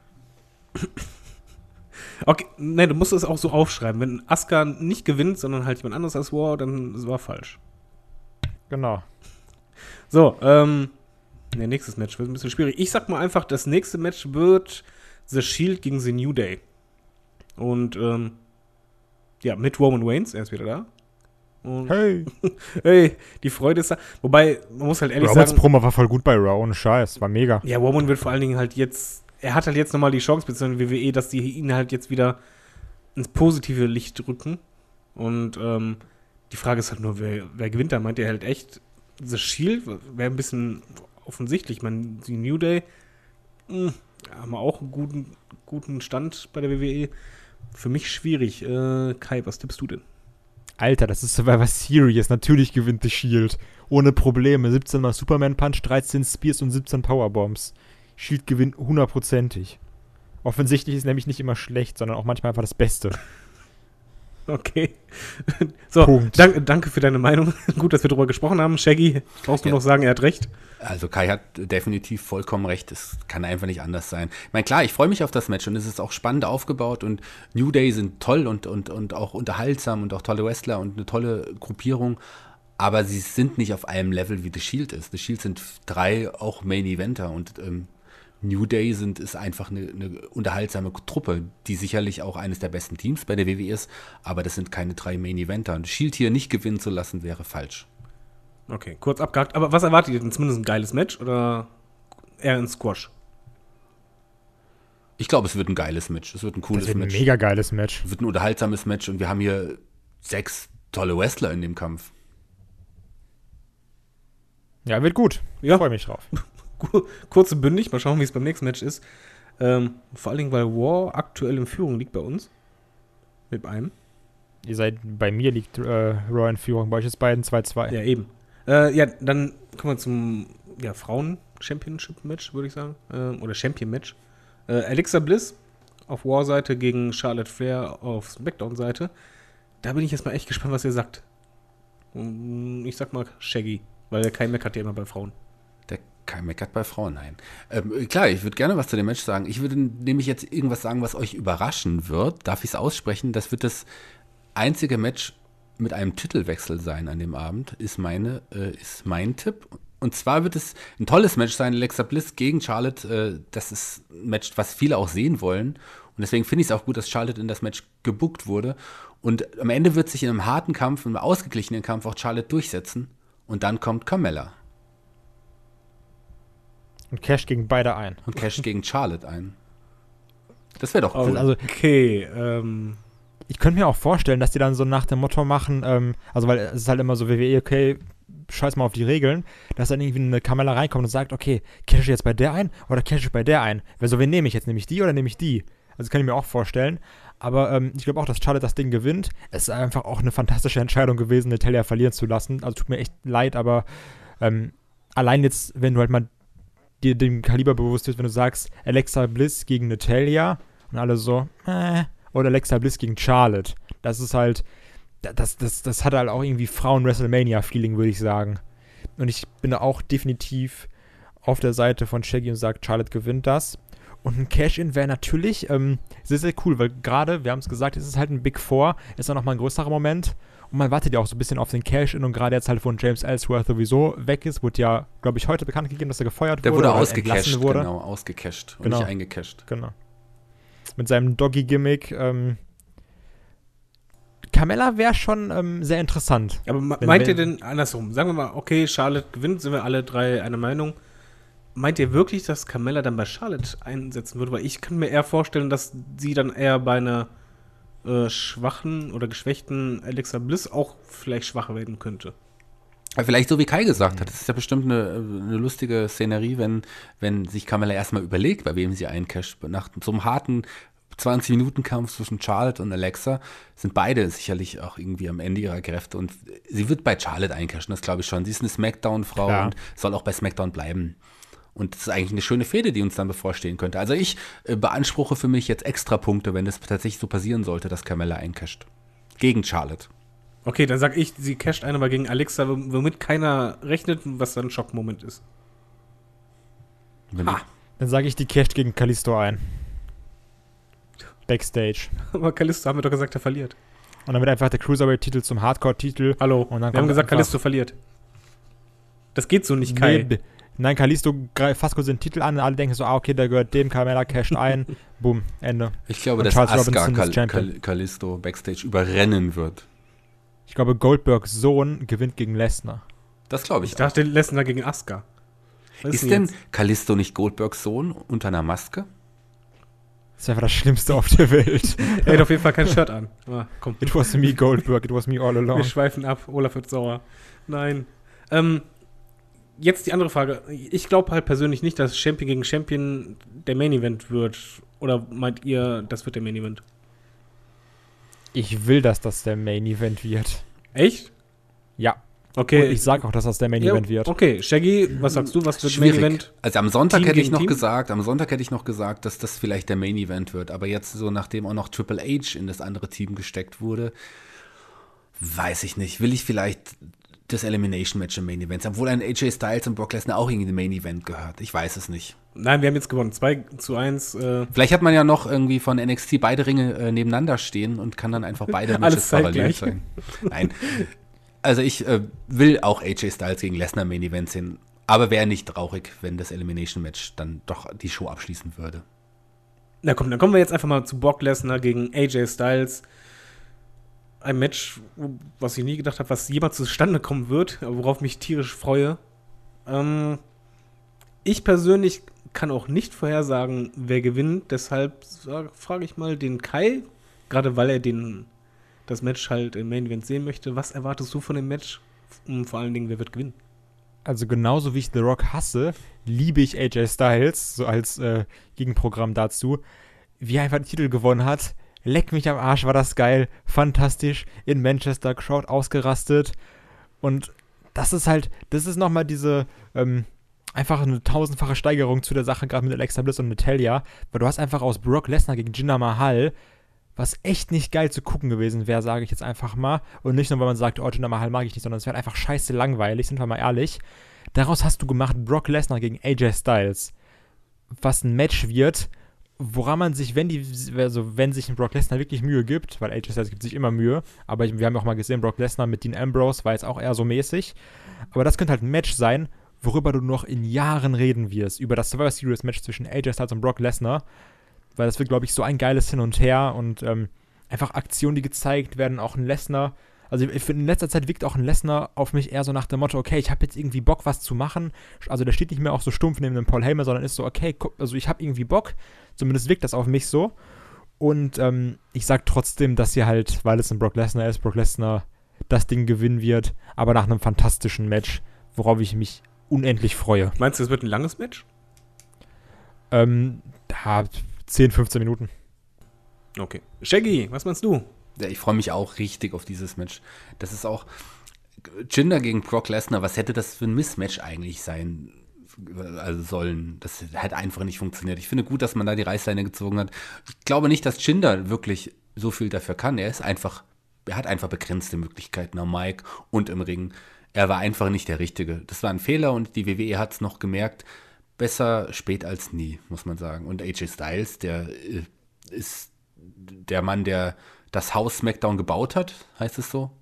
Okay, ne, du musst es auch so aufschreiben. Wenn Asuka nicht gewinnt, sondern halt jemand anderes als War, dann ist war falsch. Genau. So, nächstes Match wird ein bisschen schwierig. Ich sag mal einfach, das nächste Match wird The Shield gegen The New Day. Und, ja, mit Roman Reigns, er ist wieder da. Und, Hey. hey, die Freude ist da. Wobei, man muss halt ehrlich Romans sagen, Promo war voll gut bei Raw, ohne Scheiß. War mega. ja, Roman wird vor allen Dingen halt jetzt, er hat halt jetzt nochmal die Chance, beziehungsweise WWE, dass die ihn halt jetzt wieder ins positive Licht rücken. Und, die Frage ist halt nur, wer gewinnt da? Meint ihr halt echt The Shield? Wäre ein bisschen offensichtlich. Ich meine, die New Day haben auch einen guten Stand bei der WWE. Für mich schwierig. Kai, was tippst du denn? Alter, das ist Survivor Series. Natürlich gewinnt The Shield. Ohne Probleme. 17 mal Superman Punch, 13 Spears und 17 Powerbombs. Shield gewinnt 100%ig. Offensichtlich ist nämlich nicht immer schlecht, sondern auch manchmal einfach das Beste. Okay. So, Punkt. danke für deine Meinung. Gut, dass wir darüber gesprochen haben. Shaggy, brauchst du Ja. noch sagen, er hat recht? Also Kai hat definitiv vollkommen recht. Es kann einfach nicht anders sein. Ich meine, klar, ich freue mich auf das Match und es ist auch spannend aufgebaut und New Day sind toll und auch unterhaltsam und auch tolle Wrestler und eine tolle Gruppierung. Aber sie sind nicht auf einem Level, wie The Shield ist. The Shield sind 3 auch Main-Eventer und New Day ist einfach eine unterhaltsame Truppe, die sicherlich auch eines der besten Teams bei der WWE ist, aber das sind keine 3 Main-Eventer. Und Shield hier nicht gewinnen zu lassen, wäre falsch. Okay, kurz abgehakt. Aber was erwartet ihr denn? Zumindest ein geiles Match oder eher ein Squash? Ich glaube, es wird ein geiles Match. Es wird ein Das cooles wird ein Match. mega geiles Match. Es wird ein unterhaltsames Match und wir haben hier 6 tolle Wrestler in dem Kampf. Ja, wird gut. Ja. Ich freue mich drauf. Kurz und bündig, mal schauen, wie es beim nächsten Match ist. Vor allen Dingen, weil War aktuell in Führung liegt bei uns. Mit einem. Ihr seid, bei mir liegt Raw in Führung, bei euch ist beiden 2-2. Ja, eben. Ja, dann kommen wir zum Frauen-Championship-Match, würde ich sagen. Oder Champion-Match. Alexa Bliss auf War-Seite gegen Charlotte Flair auf Smackdown-Seite. Da bin ich jetzt mal echt gespannt, was ihr sagt. Ich sag mal Shaggy, weil der kein meckert ja immer bei Frauen. Der Kai meckert bei Frauen, nein. Klar, ich würde gerne was zu dem Match sagen. Ich würde nämlich jetzt irgendwas sagen, was euch überraschen wird. Darf ich es aussprechen? Das wird das einzige Match mit einem Titelwechsel sein an dem Abend, ist mein Tipp. Und zwar wird es ein tolles Match sein, Alexa Bliss gegen Charlotte. Das ist ein Match, was viele auch sehen wollen. deswegen finde ich es auch gut, dass Charlotte in das Match gebuckt wurde. Und am Ende wird sich in einem harten Kampf, in einem ausgeglichenen Kampf auch Charlotte durchsetzen. Und dann kommt Carmella. Und casht gegen beide ein. Und casht gegen Charlotte ein. Das wäre doch cool. Also, Okay, ich könnte mir auch vorstellen, dass die dann so nach dem Motto machen, also weil es ist halt immer so WWE, okay, scheiß mal auf die Regeln, dass dann irgendwie eine Carmella reinkommt und sagt, okay, cash ich jetzt bei der ein oder cash ich bei der ein? Also wen nehme ich jetzt? Nehme ich die oder nehme ich die? Also das kann ich mir auch vorstellen. Aber ich glaube auch, dass Charlotte das Ding gewinnt. Es ist einfach auch eine fantastische Entscheidung gewesen, Natalya verlieren zu lassen. Also tut mir echt leid, aber allein jetzt, wenn du halt mal dir dem Kaliber bewusst bist, wenn du sagst, Alexa Bliss gegen Natalya und alle so, oder Alexa Bliss gegen Charlotte. Das ist halt, das hat halt auch irgendwie Frauen-WrestleMania-Feeling, würde ich sagen. Und ich bin da auch definitiv auf der Seite von Shaggy und sage, Charlotte gewinnt das. Und ein Cash-In wäre natürlich sehr, sehr cool, weil gerade, wir haben es gesagt, es ist halt ein Big Four, ist auch nochmal ein größerer Moment. Und man wartet ja auch so ein bisschen auf den Cash-In und gerade jetzt halt, wo James Ellsworth sowieso weg ist, wurde ja, glaube ich, heute bekannt gegeben, dass er gefeuert wurde. Der wurde oder ausgecasht, wurde. genau, ausgecasht und Genau. nicht eingecasht. Genau. Mit seinem Doggy-Gimmick. Carmella wäre schon sehr interessant. aber meint ihr denn andersrum? Sagen wir mal, okay, Charlotte gewinnt, sind wir alle drei einer Meinung. Meint ihr wirklich, dass Carmella dann bei Charlotte einsetzen würde? Weil ich kann mir eher vorstellen, dass sie dann eher bei einer schwachen oder geschwächten Alexa Bliss auch vielleicht schwacher werden könnte. Vielleicht so wie Kai gesagt hat, das ist ja bestimmt eine lustige Szenerie, wenn sich Carmella erstmal überlegt, bei wem sie eincasht. Nach so einem harten 20-Minuten-Kampf zwischen Charlotte und Alexa sind beide sicherlich auch irgendwie am Ende ihrer Kräfte und sie wird bei Charlotte eincashen, das glaube ich schon. Sie ist eine Smackdown-Frau Klar. und soll auch bei Smackdown bleiben. Und das ist eigentlich eine schöne Fehde, die uns dann bevorstehen könnte. Also ich beanspruche für mich jetzt extra Punkte, wenn das tatsächlich so passieren sollte, dass Carmella eincasht. Gegen Charlotte. Okay, dann sag ich, sie casht eine mal gegen Alexa, womit keiner rechnet, was dann ein Schockmoment ist. Wenn Dann sage ich, die casht gegen Kalisto ein. Backstage. Aber Kalisto haben wir doch gesagt, er verliert. Und dann wird einfach der Cruiserweight-Titel zum Hardcore-Titel. Hallo, Und dann wir haben kommt gesagt, einfach- Kalisto verliert. Das geht so nicht, Kai. Nee, nein, Kalisto greift fast kurz den Titel an und alle denken so, okay, der gehört dem, Carmella casht ein. Boom, Ende. Ich glaube, Und dass Charles Asuka Robinson ist Champion. Kalisto Backstage überrennen wird. Ich glaube, Goldbergs Sohn gewinnt gegen Lesnar. Das glaube ich Ich dachte, Lesnar gegen Asuka. Was Ist denn jetzt? Kalisto nicht Goldbergs Sohn unter einer Maske? Das ist einfach das Schlimmste auf der Welt. Er hat auf jeden Fall kein Shirt an. Ah, komm, It was me, Goldberg, it was me all wir along. schweifen ab. Olaf wird sauer. Nein. Jetzt die andere Frage. Ich glaube halt persönlich nicht, dass Champion gegen Champion der Main Event wird. Oder meint ihr, das wird der Main Event? Ich will, dass das der Main Event wird. Echt? Ja. Okay. Und ich sag auch, dass das der Main Ja, Event wird. Okay, Shaggy, was sagst du? Was wird Main Schwierig. Event? Also am Sonntag Team hätte ich gegen noch Team? gesagt, dass das vielleicht der Main Event wird. Aber jetzt so, nachdem auch noch Triple H in das andere Team gesteckt wurde, weiß ich nicht. Will ich vielleicht das Elimination Match im Main Event, obwohl ein AJ Styles und Brock Lesnar auch irgendwie in den Main Event gehört. Ich weiß es nicht. Nein, wir haben jetzt gewonnen. 2-1. Vielleicht hat man ja noch irgendwie von NXT beide Ringe nebeneinander stehen und kann dann einfach beide Matches Alles parallel zeitgleich. zeigen. Nein. Also ich will auch AJ Styles gegen Lesnar Main Event sehen. Aber wäre nicht traurig, wenn das Elimination Match dann doch die Show abschließen würde. Na komm, dann kommen wir jetzt einfach mal zu Brock Lesnar gegen AJ Styles. Ein Match, was ich nie gedacht habe, was jemals zustande kommen wird, aber worauf mich tierisch freue. Ich persönlich kann auch nicht vorhersagen, wer gewinnt. Deshalb frage ich mal den Kai, gerade weil er das Match halt im Main Event sehen möchte. Was erwartest du von dem Match? Und vor allen Dingen, wer wird gewinnen? Also genauso wie ich The Rock hasse, liebe ich AJ Styles, so als Gegenprogramm dazu. Wie er einfach den Titel gewonnen hat. Leck mich am Arsch, war das geil. Fantastisch. In Manchester, Crowd ausgerastet. Und das ist nochmal diese einfach eine tausendfache Steigerung zu der Sache, gerade mit Alexa Bliss und Natalya. Weil du hast einfach aus Brock Lesnar gegen Jinder Mahal, was echt nicht geil zu gucken gewesen wäre, sage ich jetzt einfach mal. Und nicht nur, weil man sagt, oh, Jinder Mahal mag ich nicht, sondern es wäre einfach scheiße langweilig, sind wir mal ehrlich. Daraus hast du gemacht Brock Lesnar gegen AJ Styles. Was ein Match wird, woran man sich, wenn sich ein Brock Lesnar wirklich Mühe gibt, weil AJ Styles gibt sich immer Mühe, aber wir haben auch mal gesehen, Brock Lesnar mit Dean Ambrose war jetzt auch eher so mäßig. Aber das könnte halt ein Match sein, worüber du noch in Jahren reden wirst. Über das Survivor Series Match zwischen AJ Styles und Brock Lesnar. weil das wird, glaube ich, so ein geiles Hin und Her und einfach Aktionen, die gezeigt werden, auch ein Lesnar. Also ich finde, in letzter Zeit wirkt auch ein Lesnar auf mich eher so nach dem Motto, okay, ich habe jetzt irgendwie Bock, was zu machen. Also der steht nicht mehr auch so stumpf neben dem Paul Heyman, sondern ist so, okay, also ich habe irgendwie Bock. Zumindest wirkt das auf mich so. Und ich sag trotzdem, dass sie halt, weil es ein Brock Lesnar ist, Brock Lesnar das Ding gewinnen wird, aber nach einem fantastischen Match, worauf ich mich unendlich freue. Meinst du, es wird ein langes Match? 10, 15 Minuten. Okay. Shaggy, was meinst du? Ja, ich freue mich auch richtig auf dieses Match. Das ist auch Jinder gegen Brock Lesnar. Was hätte das für ein Mismatch eigentlich sein sollen? Das hat einfach nicht funktioniert. Ich finde gut, dass man da die Reißleine gezogen hat. Ich glaube nicht, dass Jinder wirklich so viel dafür kann. Er hat einfach begrenzte Möglichkeiten am Mic und im Ring. Er war einfach nicht der Richtige. Das war ein Fehler und die WWE hat es noch gemerkt. Besser spät als nie, muss man sagen. Und AJ Styles, der ist der Mann, der das Haus SmackDown gebaut hat, heißt es so?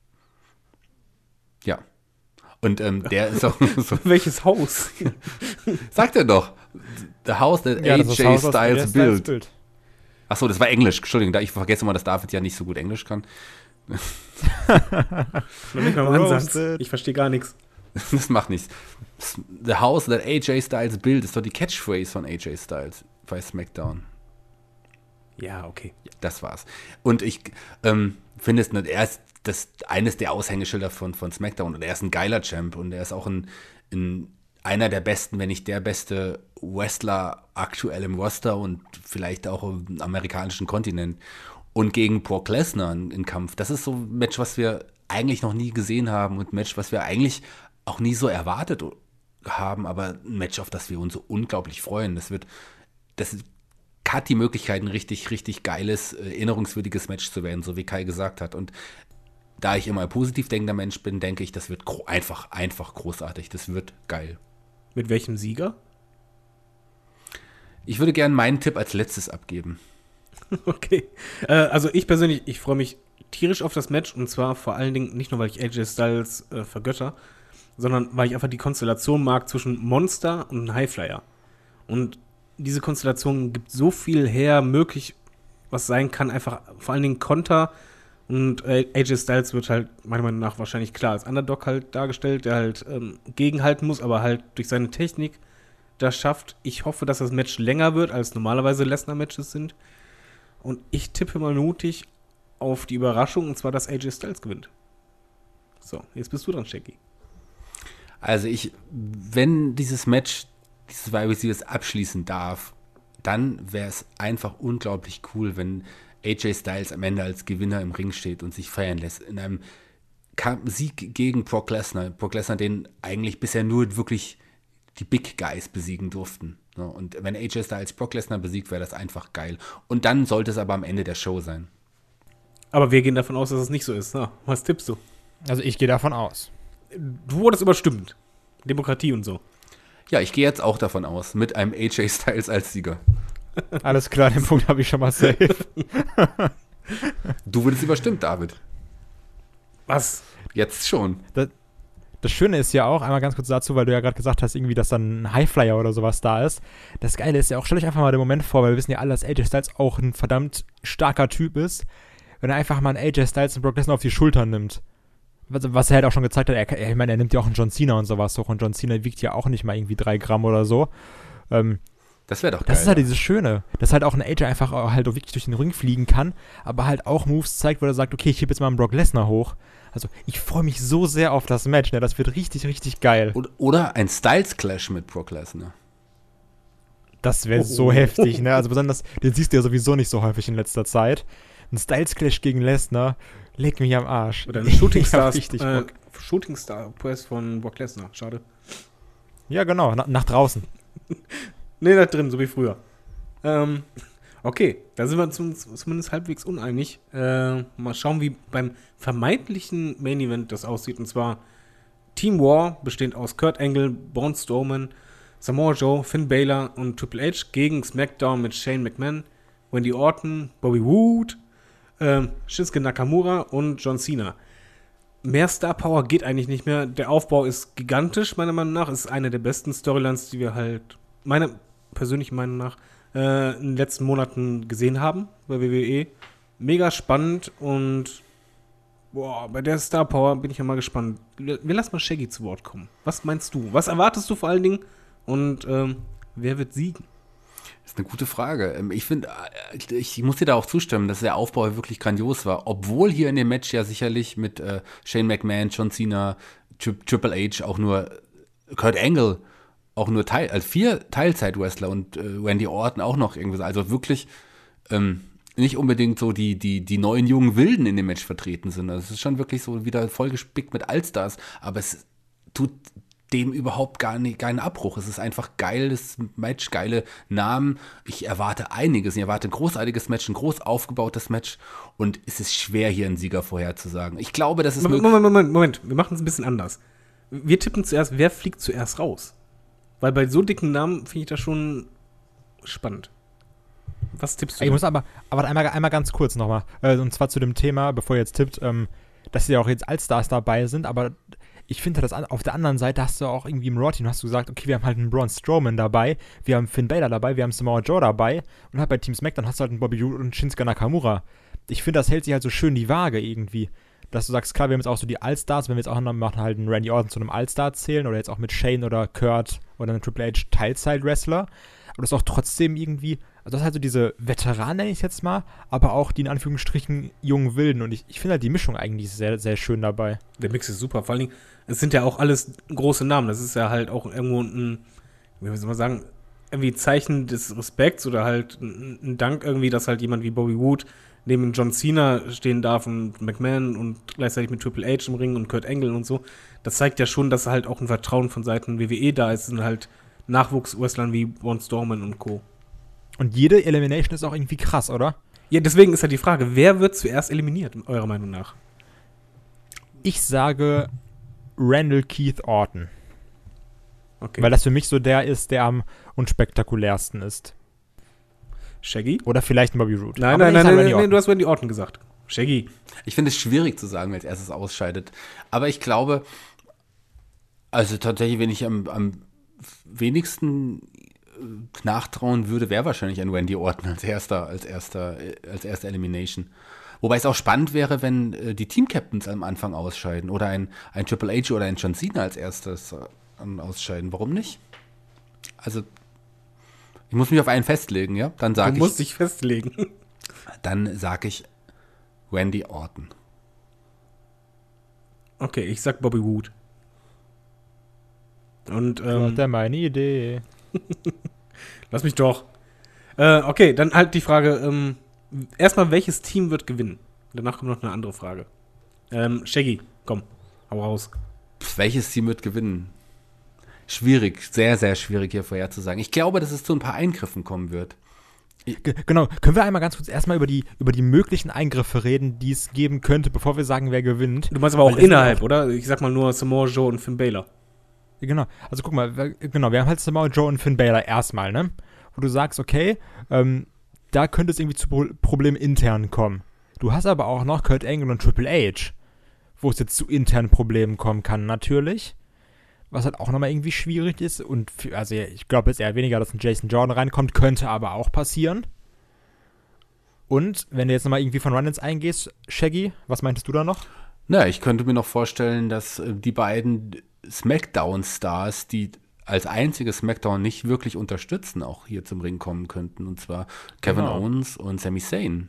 Ja. Und der ist auch so. Welches Haus? Sagt er doch. The house that Ja, AJ das Haus, Styles built. built. Achso, das war Englisch. Entschuldigung, ich vergesse immer, dass David ja nicht so gut Englisch kann. Noch nicht mal im Ansatz. Roasted. Ich verstehe gar nichts. Das macht nichts. The house that AJ Styles built ist doch die Catchphrase von AJ Styles bei SmackDown. Ja, okay. Das war's. Und ich finde es, er ist eines der Aushängeschilder von SmackDown und er ist ein geiler Champ und er ist auch einer der besten, wenn nicht der beste Wrestler aktuell im Roster und vielleicht auch im amerikanischen Kontinent. Und gegen Brock Lesnar in Kampf. Das ist so ein Match, was wir eigentlich noch nie gesehen haben und ein Match, was wir eigentlich auch nie so erwartet haben, aber ein Match, auf das wir uns so unglaublich freuen. Das hat die Möglichkeit, ein richtig, richtig geiles, erinnerungswürdiges Match zu werden, so wie Kai gesagt hat. Und da ich immer ein positiv denkender Mensch bin, denke ich, das wird einfach großartig. Das wird geil. Mit welchem Sieger? Ich würde gerne meinen Tipp als letztes abgeben. Okay. Also ich persönlich, ich freue mich tierisch auf das Match und zwar vor allen Dingen nicht nur, weil ich AJ Styles vergötter, sondern weil ich einfach die Konstellation mag zwischen Monster und Highflyer. Und diese Konstellation gibt so viel her, möglich, was sein kann, einfach vor allen Dingen Konter. Und AJ Styles wird halt meiner Meinung nach wahrscheinlich klar als Underdog halt dargestellt, der halt gegenhalten muss, aber halt durch seine Technik das schafft. Ich hoffe, dass das Match länger wird, als normalerweise Lesnar-Matches sind. Und ich tippe mal mutig auf die Überraschung, und zwar, dass AJ Styles gewinnt. So, jetzt bist du dran, Shaggy. Also wenn dieses Match, dieses Survivor Series abschließen darf, dann wäre es einfach unglaublich cool, wenn AJ Styles am Ende als Gewinner im Ring steht und sich feiern lässt. In einem Sieg gegen Brock Lesnar. Brock Lesnar, den eigentlich bisher nur wirklich die Big Guys besiegen durften. Und wenn AJ Styles Brock Lesnar besiegt, wäre das einfach geil. Und dann sollte es aber am Ende der Show sein. Aber wir gehen davon aus, dass es nicht so ist. Na, was tippst du? Also ich gehe davon aus. Du wurdest überstimmt. Demokratie und so. Ja, ich gehe jetzt auch davon aus, mit einem AJ Styles als Sieger. Alles klar, den Punkt habe ich schon mal safe. Du wurdest überstimmt, David. Was? Jetzt schon. Das Schöne ist ja auch, einmal ganz kurz dazu, weil du ja gerade gesagt hast, irgendwie, dass dann ein Highflyer oder sowas da ist. Das Geile ist ja auch, stell euch einfach mal den Moment vor, weil wir wissen ja alle, dass AJ Styles auch ein verdammt starker Typ ist, wenn er einfach mal einen AJ Styles und Brock Lesnar auf die Schultern nimmt. Was er halt auch schon gezeigt hat, ich meine, er nimmt ja auch einen John Cena und sowas hoch und John Cena wiegt ja auch nicht mal irgendwie 3 Gramm oder so. Das wäre doch geil. Das ist halt dieses Schöne, dass halt auch ein AJ einfach halt auch wirklich durch den Ring fliegen kann, aber halt auch Moves zeigt, wo er sagt, okay, ich heb jetzt mal einen Brock Lesnar hoch. Also ich freue mich so sehr auf das Match, ne? Das wird richtig, richtig geil. Oder ein Styles-Clash mit Brock Lesnar. Das wäre so heftig, ne? Also besonders, den siehst du ja sowieso nicht so häufig in letzter Zeit. Ein Styles-Clash gegen Lesnar, leg mich am Arsch. Oder ein Shooting Stars, richtig Shooting Star Press von Brock Lesnar, schade. Ja, genau, nach draußen. Nee, da drin, so wie früher. Okay, da sind wir uns zumindest halbwegs uneinig. Mal schauen, wie beim vermeintlichen Main Event das aussieht. Und zwar Team War, bestehend aus Kurt Angle, Braun Strowman, Samoa Joe, Finn Balor und Triple H gegen SmackDown mit Shane McMahon, Wendy Orton, Bobby Roode, Shinsuke Nakamura und John Cena. Mehr Star Power geht eigentlich nicht mehr. Der Aufbau ist gigantisch, meiner Meinung nach. Ist eine der besten Storylines, die wir halt persönlichen Meinung nach, in den letzten Monaten gesehen haben bei WWE. Mega spannend und bei der Star Power bin ich ja mal gespannt. Wir lassen mal Shaggy zu Wort kommen. Was meinst du? Was erwartest du vor allen Dingen? Und wer wird siegen? Das ist eine gute Frage. Ich finde, ich muss dir da auch zustimmen, dass der Aufbau wirklich grandios war. Obwohl hier in dem Match ja sicherlich mit Shane McMahon, John Cena, Triple H, auch nur Kurt Angle, auch nur 4 Teilzeit-Wrestler und Randy Orton auch noch irgendwie. Also wirklich nicht unbedingt so die neuen jungen Wilden in dem Match vertreten sind. Also es ist schon wirklich so wieder vollgespickt mit Allstars, aber es tut dem überhaupt keinen Abbruch. Es ist einfach geiles Match, geile Namen. Ich erwarte einiges. Ich erwarte ein großartiges Match, ein groß aufgebautes Match und es ist schwer, hier einen Sieger vorherzusagen. Ich glaube, das ist Moment. Wir machen es ein bisschen anders. Wir tippen zuerst, wer fliegt zuerst raus? Weil bei so dicken Namen finde ich das schon spannend. Was tippst du? Ich muss aber einmal ganz kurz nochmal, und zwar zu dem Thema, bevor ihr jetzt tippt, dass ja auch jetzt Allstars dabei sind, aber ich finde, dass auf der anderen Seite hast du auch irgendwie im Raw-Team, hast du gesagt, okay, wir haben halt einen Braun Strowman dabei, wir haben Finn Balor dabei, wir haben Samoa Joe dabei und halt bei Team SmackDown hast du halt einen Bobby Roode und Shinsuke Nakamura. Ich finde, das hält sich halt so schön die Waage irgendwie, dass du sagst, klar, wir haben jetzt auch so die Allstars, wenn wir jetzt auch noch halt einen Randy Orton zu einem Allstar zählen oder jetzt auch mit Shane oder Kurt oder einen Triple H Teilzeit-Wrestler, aber das ist auch trotzdem irgendwie, also das ist halt so diese Veteranen, nenne ich es jetzt mal, aber auch die in Anführungsstrichen jungen Wilden und ich finde halt die Mischung eigentlich sehr, sehr schön dabei. Der Mix ist super, vor allen Dingen, es sind ja auch alles große Namen, das ist ja halt auch irgendwo ein, wie soll man sagen, irgendwie Zeichen des Respekts oder halt ein Dank irgendwie, dass halt jemand wie Bobby Roode neben John Cena stehen darf und McMahon und gleichzeitig mit Triple H im Ring und Kurt Angle und so. Das zeigt ja schon, dass halt auch ein Vertrauen von Seiten WWE da ist und halt Nachwuchs-Wrestlern wie Braun Strowman und Co. Und jede Elimination ist auch irgendwie krass, oder? Ja, deswegen ist ja die Frage, wer wird zuerst eliminiert, eurer Meinung nach? Ich sage Randall Keith Orton. Okay. Weil das für mich so der ist, der am unspektakulärsten ist. Shaggy? Oder vielleicht ein Bobby Roode. Nein, du hast Randy Orton gesagt. Shaggy. Ich finde es schwierig zu sagen, wer als erstes ausscheidet. Aber ich glaube, also tatsächlich, wenn ich am wenigsten nachtrauen würde, wäre wahrscheinlich ein Randy Orton als erste Elimination. Wobei es auch spannend wäre, wenn die Team-Captains am Anfang ausscheiden oder ein Triple H oder ein John Cena als erstes ausscheiden. Warum nicht? Also, ich muss mich auf einen festlegen, ja? Dann sage ich. Du musst dich festlegen. Dann sage ich Randy Orton. Okay, ich sag Bobby Roode. Und, Das ist meine Idee. Lass mich doch. Okay, dann halt die Frage, erstmal, welches Team wird gewinnen? Danach kommt noch eine andere Frage. Shaggy, komm, hau raus. Welches Team wird gewinnen? Schwierig, sehr, sehr schwierig hier vorherzusagen. Ich glaube, dass es zu ein paar Eingriffen kommen wird. Genau, können wir einmal ganz kurz erstmal über die möglichen Eingriffe reden, die es geben könnte, bevor wir sagen, wer gewinnt. Du meinst aber auch innerhalb, oder? Ich sag mal nur Samoa Joe und Finn Balor. Genau, also guck mal, wir haben halt Samoa Joe und Finn Balor erstmal, ne? Wo du sagst, okay, da könnte es irgendwie zu Problemen intern kommen. Du hast aber auch noch Kurt Angle und Triple H, wo es jetzt zu internen Problemen kommen kann, natürlich. Was halt auch nochmal irgendwie schwierig ist. Und also ich glaube jetzt eher weniger, dass ein Jason Jordan reinkommt, könnte aber auch passieren. Und wenn du jetzt nochmal irgendwie von Run-Ins eingehst, Shaggy, was meintest du da noch? Na, ich könnte mir noch vorstellen, dass die beiden Smackdown-Stars, die als einzige Smackdown nicht wirklich unterstützen, auch hier zum Ring kommen könnten. Und zwar Kevin Owens und Sami Zayn.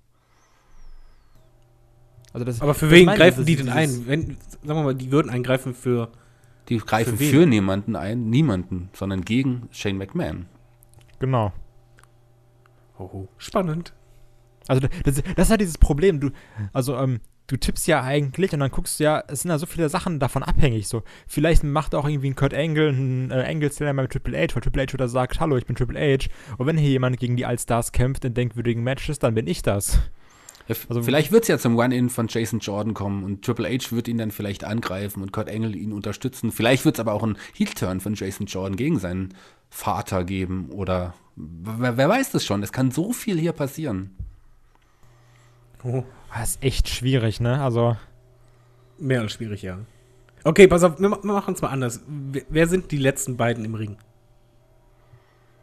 Also aber für wen greifen die denn ein? Sagen wir mal, die würden eingreifen für... Die greifen für niemanden ein, niemanden, sondern gegen Shane McMahon. Genau. Oh, spannend. Also das ist halt dieses Problem. Du tippst ja eigentlich und dann guckst du ja, es sind ja so viele Sachen davon abhängig. So, vielleicht macht auch irgendwie ein Kurt Angle einen Angle-Slam mit Triple H, weil Triple H oder sagt, hallo, ich bin Triple H. Und wenn hier jemand gegen die Allstars kämpft in denkwürdigen Matches, dann bin ich das. Ja, also, vielleicht wird es ja zum Run-In von Jason Jordan kommen und Triple H wird ihn dann vielleicht angreifen und Kurt Angle ihn unterstützen. Vielleicht wird es aber auch einen Heel-Turn von Jason Jordan gegen seinen Vater geben oder wer weiß das schon. Es kann so viel hier passieren. Oh. Das ist echt schwierig, ne? Also. Mehr als schwierig, ja. Okay, pass auf, wir machen es mal anders. Wer sind die letzten beiden im Ring?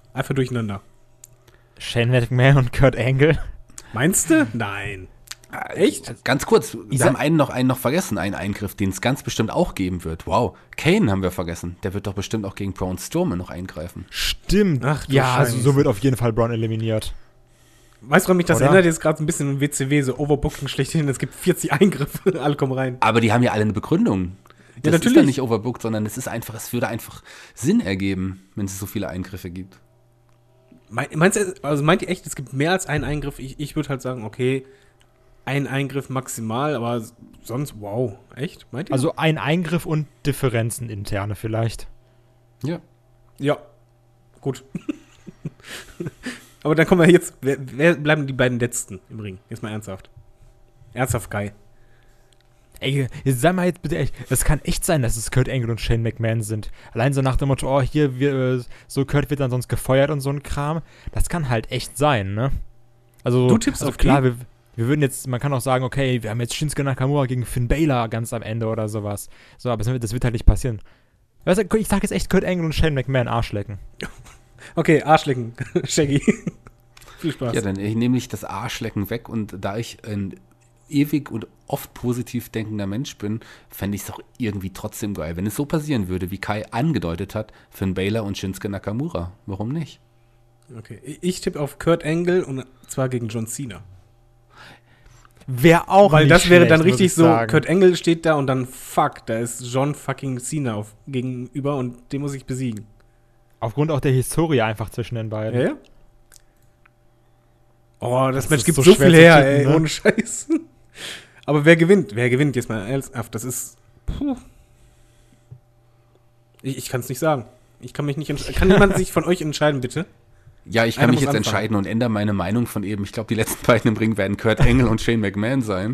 Einfach durcheinander. Shane McMahon und Kurt Angle. Meinst du? Nein. Echt? Ganz kurz, wir haben einen noch vergessen, einen Eingriff, den es ganz bestimmt auch geben wird. Wow, Kane haben wir vergessen. Der wird doch bestimmt auch gegen Braun Strowman noch eingreifen. Stimmt. Ach, du ja, also Scheiße. so wird auf jeden Fall Braun eliminiert. Weißt du, warum mich das Oder? erinnert? Jetzt gerade ein bisschen an WCW, so Overbooking schlechthin. Es gibt 40 Eingriffe, alle kommen rein. Aber die haben ja alle eine Begründung. Das natürlich. ist dann nicht overbooked, sondern es würde einfach Sinn ergeben, wenn es so viele Eingriffe gibt. Meint ihr echt, es gibt mehr als einen Eingriff? Ich würde halt sagen, okay, ein Eingriff maximal, aber sonst, wow, echt? Meint ihr? Also ein Eingriff und Differenzen interne vielleicht. Ja. ja, gut. Aber dann kommen wir jetzt, wer bleiben die beiden Letzten im Ring? Jetzt mal ernsthaft. Ernsthaft, Kai. Ey, jetzt sei mal jetzt bitte echt, es kann echt sein, dass es Kurt Angle und Shane McMahon sind. Allein so nach dem Motto, oh, so Kurt wird dann sonst gefeuert und so ein Kram. Das kann halt echt sein, ne? Also, Du tippst also auf klar, wir würden jetzt, man kann auch sagen, okay, wir haben jetzt Shinsuke Nakamura gegen Finn Balor ganz am Ende oder sowas. So, aber das wird halt nicht passieren. Weißt du, ich sag jetzt echt Kurt Angle und Shane McMahon Arschlecken. Okay, Arschlecken, Shaggy. Viel Spaß. Ja, dann nehme ich das Arschlecken weg und da ich ein ewig und oft positiv denkender Mensch bin, fände ich es auch irgendwie trotzdem geil, wenn es so passieren würde, wie Kai angedeutet hat, Finn Balor und Shinsuke Nakamura. Warum nicht? Okay, ich tippe auf Kurt Angle und zwar gegen John Cena. Wäre auch Weil nicht das wäre dann schlecht, muss richtig ich so, sagen. Kurt Angle steht da und dann, fuck, da ist John fucking Cena gegenüber und den muss ich besiegen. Aufgrund auch der Historie einfach zwischen den beiden. Ja? Oh, das Match ist gibt so so schwer viel zu her, tippen, ey, ne? ohne Scheiß. Aber wer gewinnt? Wer gewinnt jetzt mal ernsthaft? Das ist, puh. Ich kann es nicht sagen. Ich kann mich nicht entscheiden. Kann jemand sich von euch entscheiden, bitte? Ja, ich kann Einer mich muss jetzt anfangen. entscheiden und ändere meine Meinung von eben. Ich glaube, die letzten beiden im Ring werden Kurt Angle und Shane McMahon sein.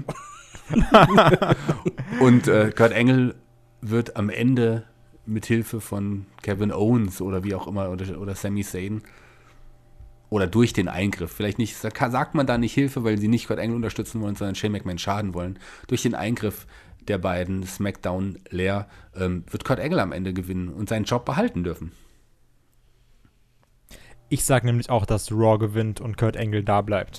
Und Kurt Angle wird am Ende mit Hilfe von Kevin Owens oder wie auch immer oder Sami Zayn oder durch den Eingriff, vielleicht nicht, sagt man da nicht Hilfe, weil sie nicht Kurt Angle unterstützen wollen, sondern Shane McMahon schaden wollen. Durch den Eingriff der beiden SmackDown leer wird Kurt Angle am Ende gewinnen und seinen Job behalten dürfen. Ich sag nämlich auch, dass Raw gewinnt und Kurt Angle da bleibt.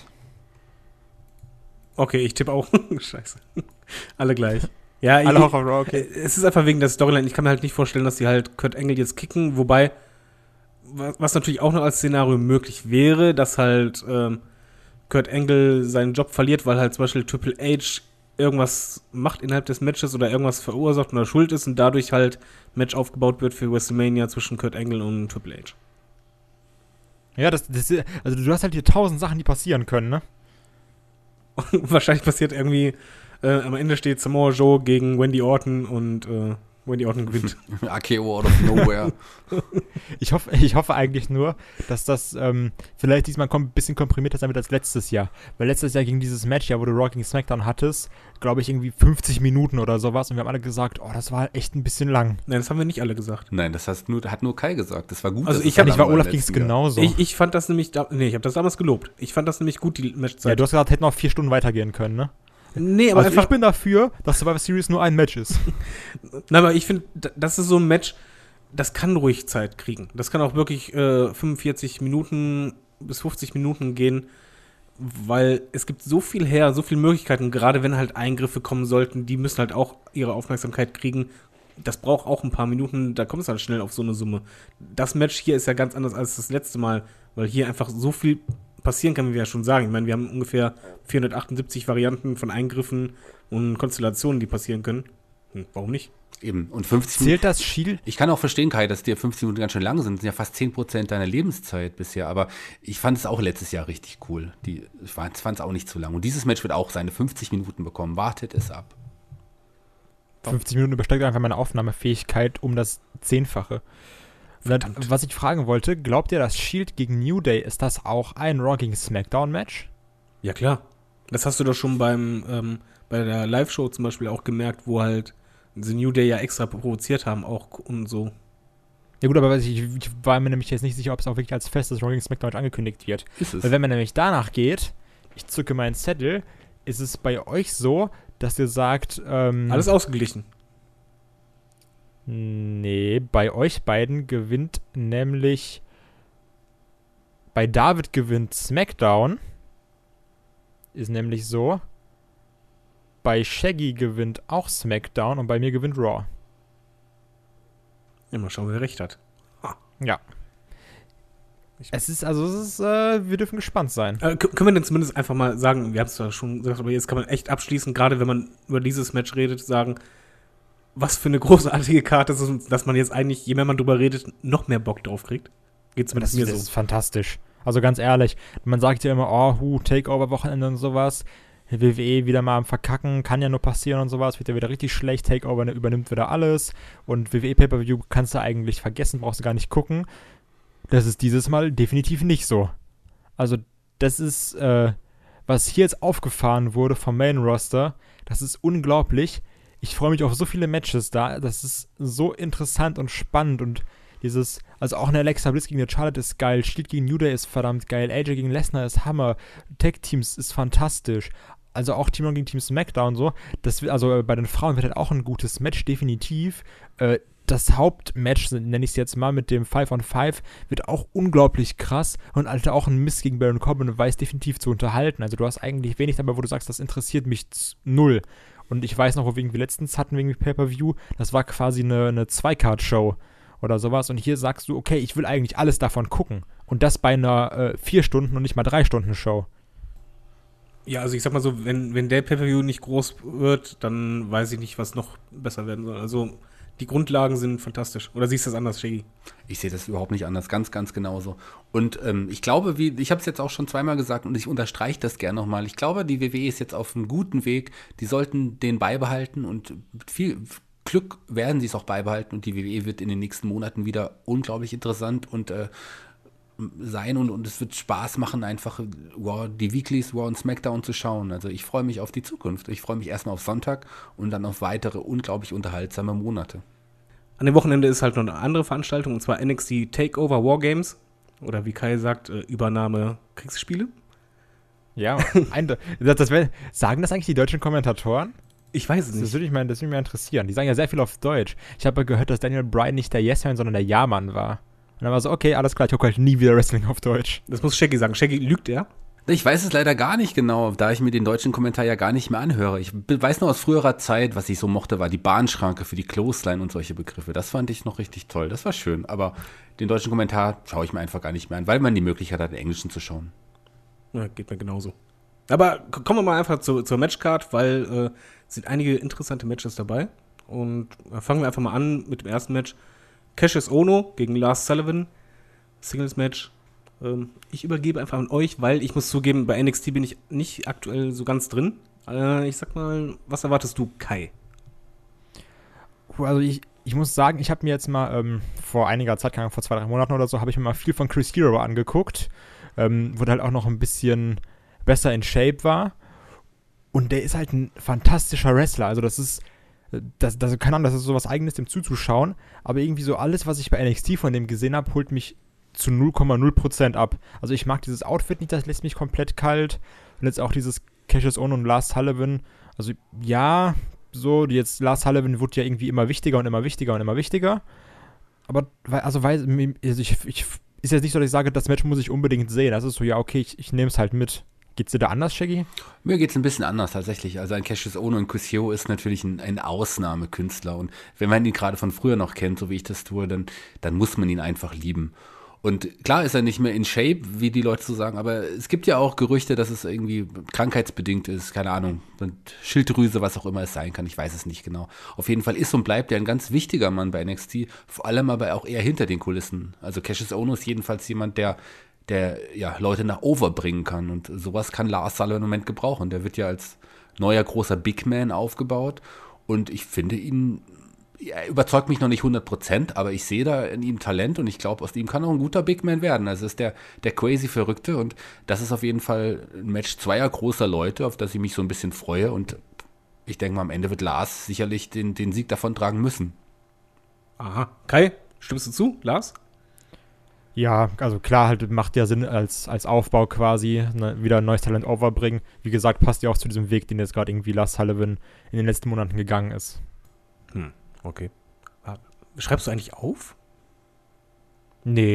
Okay, ich tippe auch. Scheiße. Alle gleich. Ja, Alle auch auf Raw, okay. Es ist einfach wegen der Storyline. Ich kann mir halt nicht vorstellen, dass die halt Kurt Angle jetzt kicken, wobei, was natürlich auch noch als Szenario möglich wäre, dass halt Kurt Angle seinen Job verliert, weil halt zum Beispiel Triple H irgendwas macht innerhalb des Matches oder irgendwas verursacht oder schuld ist und dadurch halt ein Match aufgebaut wird für WrestleMania zwischen Kurt Angle und Triple H. Ja, also du hast halt hier 1000 Sachen, die passieren können, ne? Wahrscheinlich passiert irgendwie, am Ende steht Samoa Joe gegen Wendy Orton und Wendy Orton gewinnt. AKO out of nowhere. Ich hoffe eigentlich nur, dass das vielleicht diesmal ein bisschen komprimierter sein wird als letztes Jahr. Weil letztes Jahr ging dieses Match, ja, wo du Raw gegen SmackDown hattest, glaube ich, irgendwie 50 Minuten oder sowas. Und wir haben alle gesagt, oh, das war echt ein bisschen lang. Nein, das haben wir nicht alle gesagt. Nein, das hat nur Kai gesagt. Das war gut. Also dass ich es hab- dann Ich war aber Olaf im ging es letzten Jahr- genauso. Ich fand das nämlich, ich habe das damals gelobt. Ich fand das nämlich gut, die Matchzeit. Ja, du hast gesagt, hätten auch 4 Stunden weitergehen können, ne? Nee, aber Also einfach, ich bin dafür, dass Survivor Series nur ein Match ist. nein, aber ich finde, das ist so ein Match, das kann ruhig Zeit kriegen. Das kann auch wirklich 45 Minuten bis 50 Minuten gehen, weil es gibt so viel her, so viele Möglichkeiten, gerade wenn halt Eingriffe kommen sollten, die müssen halt auch ihre Aufmerksamkeit kriegen. Das braucht auch ein paar Minuten, da kommt es halt schnell auf so eine Summe. Das Match hier ist ja ganz anders als das letzte Mal, weil hier einfach so viel passieren kann, wie wir ja schon sagen. Ich meine, wir haben ungefähr 478 Varianten von Eingriffen und Konstellationen, die passieren können. Warum nicht? Eben. Und 50 Minuten. Zählt das Shield? Ich kann auch verstehen, Kai, dass dir 50 Minuten ganz schön lang sind. Das sind ja fast 10% deiner Lebenszeit bisher. Aber ich fand es auch letztes Jahr richtig cool. Ich fand es auch nicht zu lang. Und dieses Match wird auch seine 50 Minuten bekommen. Wartet es ab. 50 Minuten übersteigt einfach meine Aufnahmefähigkeit um das 10-fache. Und dann, Verdammt. was ich fragen wollte, glaubt ihr, das Shield gegen New Day, ist das auch ein Raw gegen SmackDown-Match? Ja, klar. Das hast du doch schon bei der Live-Show zum Beispiel auch gemerkt, wo halt The New Day ja extra provoziert haben, auch und so. Ja gut, aber ich war mir nämlich jetzt nicht sicher, ob es auch wirklich als festes Raw gegen SmackDown angekündigt wird. Ist es. Weil wenn man nämlich danach geht, ich zücke meinen Zettel, ist es bei euch so, dass ihr sagt, Alles ausgeglichen. nee, bei euch beiden gewinnt nämlich Bei David gewinnt SmackDown. Ist nämlich so. Bei Shaggy gewinnt auch SmackDown und bei mir gewinnt Raw. Ja, mal schauen, wer recht hat. Ja. Wir dürfen gespannt sein. Können wir denn zumindest einfach mal sagen, wir haben es ja schon gesagt, aber jetzt kann man echt abschließend, gerade wenn man über dieses Match redet, sagen, was für eine großartige Karte es ist, dass man jetzt eigentlich, je mehr man drüber redet, noch mehr Bock drauf kriegt. Geht zumindest mir so. Das ist fantastisch. Also ganz ehrlich, man sagt ja immer, Takeover-Wochenende und sowas. WWE wieder mal am Verkacken, kann ja nur passieren und sowas, wird ja wieder richtig schlecht, Takeover übernimmt wieder alles und WWE Pay-Per-View kannst du eigentlich vergessen, brauchst du gar nicht gucken. Das ist dieses Mal definitiv nicht so. Also das ist, was hier jetzt aufgefahren wurde vom Main-Roster, das ist unglaublich. Ich freue mich auf so viele Matches da, das ist so interessant und spannend und also auch eine Alexa Bliss gegen eine Charlotte ist geil, Shield gegen New Day ist verdammt geil, AJ gegen Lesnar ist Hammer, Tag-Teams ist fantastisch. Also auch Team Raw gegen Team SmackDown und so. Also bei den Frauen wird halt auch ein gutes Match, definitiv. Das Hauptmatch, nenne ich es jetzt mal, mit dem 5-on-5, wird auch unglaublich krass und Alter, auch ein Mist gegen Baron Corbin und weiß definitiv zu unterhalten. Also du hast eigentlich wenig dabei, wo du sagst, das interessiert mich null. Und ich weiß noch, wo wir irgendwie letztens hatten, wegen Pay-Per-View, das war quasi eine Zwei-Card-Show oder sowas. Und hier sagst du, okay, ich will eigentlich alles davon gucken. Und das bei einer 4 Stunden und nicht mal 3 Stunden Show. Ja, also ich sag mal so, wenn der Pay-Per-View nicht groß wird, dann weiß ich nicht, was noch besser werden soll. Also die Grundlagen sind fantastisch. Oder siehst du das anders, Shaggy? Ich sehe das überhaupt nicht anders, ganz, ganz genauso. Und ich glaube, ich habe es jetzt auch schon zweimal gesagt und ich unterstreiche das gerne nochmal. Ich glaube, die WWE ist jetzt auf einem guten Weg. Die sollten den beibehalten und mit viel Glück werden sie es auch beibehalten. Und die WWE wird in den nächsten Monaten wieder unglaublich interessant und sein und es wird Spaß machen, einfach die Weeklies, Raw und SmackDown zu schauen. Also ich freue mich auf die Zukunft. Ich freue mich erstmal auf Sonntag und dann auf weitere unglaublich unterhaltsame Monate. An dem Wochenende ist halt noch eine andere Veranstaltung, und zwar NXT Takeover Wargames. Oder wie Kai sagt, Übernahme Kriegsspiele. Ja, sagen das eigentlich die deutschen Kommentatoren? Ich weiß es nicht. Das würde mich mal interessieren. Die sagen ja sehr viel auf Deutsch. Ich habe ja gehört, dass Daniel Bryan nicht der Yes-Man, sondern der Ja-Mann war. Und dann war so, okay, alles klar, ich gucke halt nie wieder Wrestling auf Deutsch. Das muss Shaggy sagen. Shaggy, lügt er? Ich weiß es leider gar nicht genau, da ich mir den deutschen Kommentar ja gar nicht mehr anhöre. Ich weiß noch aus früherer Zeit, was ich so mochte, war die Bahnschranke für die Clothesline und solche Begriffe. Das fand ich noch richtig toll, das war schön. Aber den deutschen Kommentar schaue ich mir einfach gar nicht mehr an, weil man die Möglichkeit hat, den englischen zu schauen. Ja, geht mir genauso. Aber kommen wir mal einfach zur Matchcard, weil es sind einige interessante Matches dabei. Und fangen wir einfach mal an mit dem ersten Match. Cassius Ohno gegen Lars Sullivan. Singles-Match. Ich übergebe einfach an euch, weil ich muss zugeben, bei NXT bin ich nicht aktuell so ganz drin. Ich sag mal, was erwartest du, Kai? Also ich muss sagen, ich habe mir jetzt mal vor einiger Zeit, vor 2-3 Monaten oder so, habe ich mir mal viel von Chris Hero angeguckt. Wo der halt auch noch ein bisschen besser in Shape war. Und der ist halt ein fantastischer Wrestler. Also das ist keine Ahnung, das ist so was Eigenes, dem zuzuschauen. Aber irgendwie so alles, was ich bei NXT von dem gesehen habe, holt mich zu 0,0% ab. Also ich mag dieses Outfit nicht, das lässt mich komplett kalt. Und jetzt auch dieses Cassius Ohno und Lars Sullivan. Also ja, so, jetzt Lars Sullivan wird ja irgendwie immer wichtiger und immer wichtiger und immer wichtiger. Aber, ist jetzt nicht so, dass ich sage, das Match muss ich unbedingt sehen. Das ist so, ja, okay, ich nehme es halt mit. Geht's dir da anders, Shaggy? Mir geht's ein bisschen anders tatsächlich. Also ein Cassius Ohno und Chris Hero ist natürlich ein Ausnahmekünstler. Und wenn man ihn gerade von früher noch kennt, so wie ich das tue, dann muss man ihn einfach lieben. Und klar ist er nicht mehr in Shape, wie die Leute so sagen, aber es gibt ja auch Gerüchte, dass es irgendwie krankheitsbedingt ist, keine Ahnung, Schilddrüse, was auch immer es sein kann, ich weiß es nicht genau. Auf jeden Fall ist und bleibt er ein ganz wichtiger Mann bei NXT, vor allem aber auch eher hinter den Kulissen. Also Cassius Ohno ist jedenfalls jemand, der ja Leute nach Over bringen kann und sowas kann Lars Sullivan im Moment gebrauchen. Der wird ja als neuer großer Big Man aufgebaut und ich finde ihn, er überzeugt mich noch nicht 100%, aber ich sehe da in ihm Talent und ich glaube, aus ihm kann auch ein guter Big Man werden. Also ist der crazy Verrückte und das ist auf jeden Fall ein Match zweier großer Leute, auf das ich mich so ein bisschen freue und ich denke mal, am Ende wird Lars sicherlich den Sieg davon tragen müssen. Aha. Kai, stimmst du zu, Lars? Ja, also klar, halt macht ja Sinn als Aufbau quasi, ne, wieder ein neues Talent overbringen. Wie gesagt, passt ja auch zu diesem Weg, den jetzt gerade irgendwie Lars Sullivan in den letzten Monaten gegangen ist. Okay. Schreibst du eigentlich auf? Nee.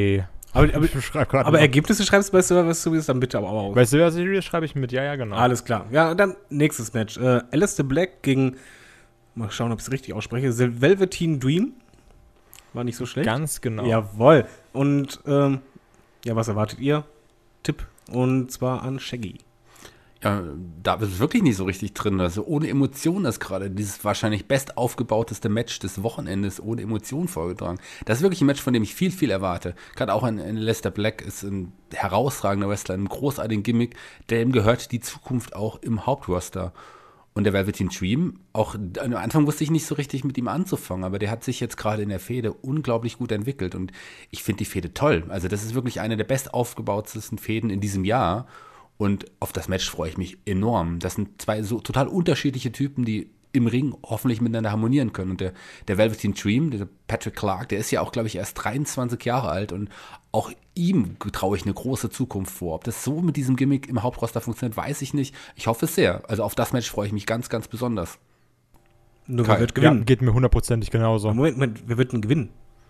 Aber Ergebnisse schreibst du bei Survivor Series dann bitte aber auch. Bei Survivor Series schreibe ich mit, ja, genau. Alles klar. Ja, dann nächstes Match. Aleister Black gegen, mal schauen, ob ich es richtig ausspreche, The Velveteen Dream. War nicht so schlecht. Ganz genau. Jawohl. Und, was erwartet ihr? Tipp. Und zwar an Shaggy. Ja, da ist wirklich nicht so richtig drin. Also ohne Emotionen ist gerade dieses wahrscheinlich best aufgebauteste Match des Wochenendes ohne Emotionen vorgetragen. Das ist wirklich ein Match, von dem ich viel, viel erwarte. Gerade auch ein Aleister Black ist ein herausragender Wrestler, ein großartigen Gimmick, dem gehört die Zukunft auch im Hauptroster. Und der Velveteen Dream, auch am Anfang wusste ich nicht so richtig mit ihm anzufangen, aber der hat sich jetzt gerade in der Fehde unglaublich gut entwickelt und ich finde die Fehde toll. Also das ist wirklich eine der best aufgebautsten Fäden in diesem Jahr. Und auf das Match freue ich mich enorm. Das sind zwei so total unterschiedliche Typen, die im Ring hoffentlich miteinander harmonieren können. Und der Velveteen Dream, der Patrick Clark, der ist ja auch, glaube ich, erst 23 Jahre alt. Und auch ihm traue ich eine große Zukunft vor. Ob das so mit diesem Gimmick im Hauptroster funktioniert, weiß ich nicht. Ich hoffe es sehr. Also auf das Match freue ich mich ganz, ganz besonders. Nur wer wird gewinnen? Ja, geht mir hundertprozentig genauso. Moment, wer wird denn gewinnen?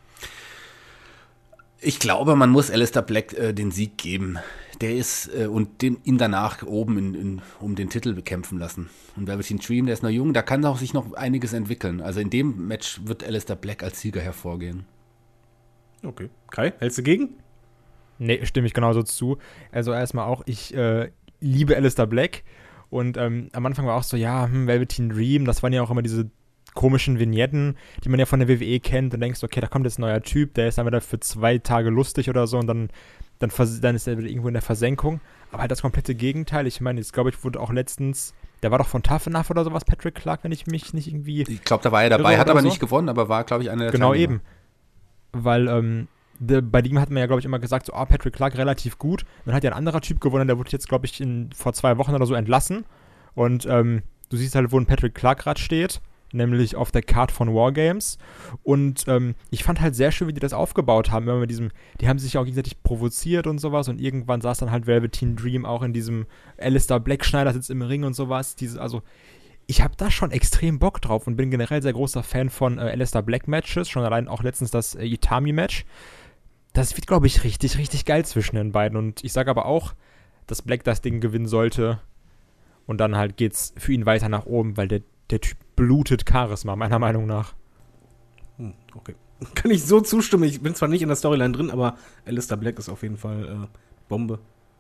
Ich glaube, man muss Aleister Black den Sieg geben. Der ist und ihn danach oben um den Titel bekämpfen lassen. Und Velveteen Dream, der ist noch jung, da kann auch sich noch einiges entwickeln. Also in dem Match wird Aleister Black als Sieger hervorgehen. Okay. Kai, hältst du gegen? Nee, stimme ich genauso zu. Also erstmal auch, ich liebe Aleister Black. Und am Anfang war auch so, Velveteen Dream, das waren ja auch immer diese komischen Vignetten, die man ja von der WWE kennt. Und denkst, okay, da kommt jetzt ein neuer Typ, der ist dann wieder für 2 Tage lustig oder so und dann ist er wieder irgendwo in der Versenkung. Aber halt das komplette Gegenteil. Ich meine, jetzt glaube ich, wurde auch letztens, der war doch von Tough Enough oder sowas, Patrick Clark, wenn ich mich nicht irgendwie... Ich glaube, da war er dabei, hat aber so nicht gewonnen, aber war, glaube ich, einer der Genau, Teilnehmer. eben. Weil, bei dem hat man ja, glaube ich, immer gesagt, so, Patrick Clark relativ gut. Dann hat ja ein anderer Typ gewonnen, der wurde jetzt, glaube ich, vor 2 Wochen oder so entlassen. Und du siehst halt, wo ein Patrick Clark gerade steht, nämlich auf der Card von Wargames. Und ich fand halt sehr schön, wie die das aufgebaut haben. Immer mit diesem, die haben sich auch gegenseitig provoziert und sowas. Und irgendwann saß dann halt Velveteen Dream auch in diesem Aleister Black Schneider sitzt im Ring und sowas. Also ich habe da schon extrem Bock drauf und bin generell sehr großer Fan von Aleister Black Matches. Schon allein auch letztens das Itami-Match. Das wird, glaube ich, richtig, richtig geil zwischen den beiden. Und ich sage aber auch, dass Black das Ding gewinnen sollte. Und dann halt geht's für ihn weiter nach oben, weil der Typ blutet Charisma, meiner Meinung nach. Okay. Kann ich so zustimmen. Ich bin zwar nicht in der Storyline drin, aber Aleister Black ist auf jeden Fall Bombe.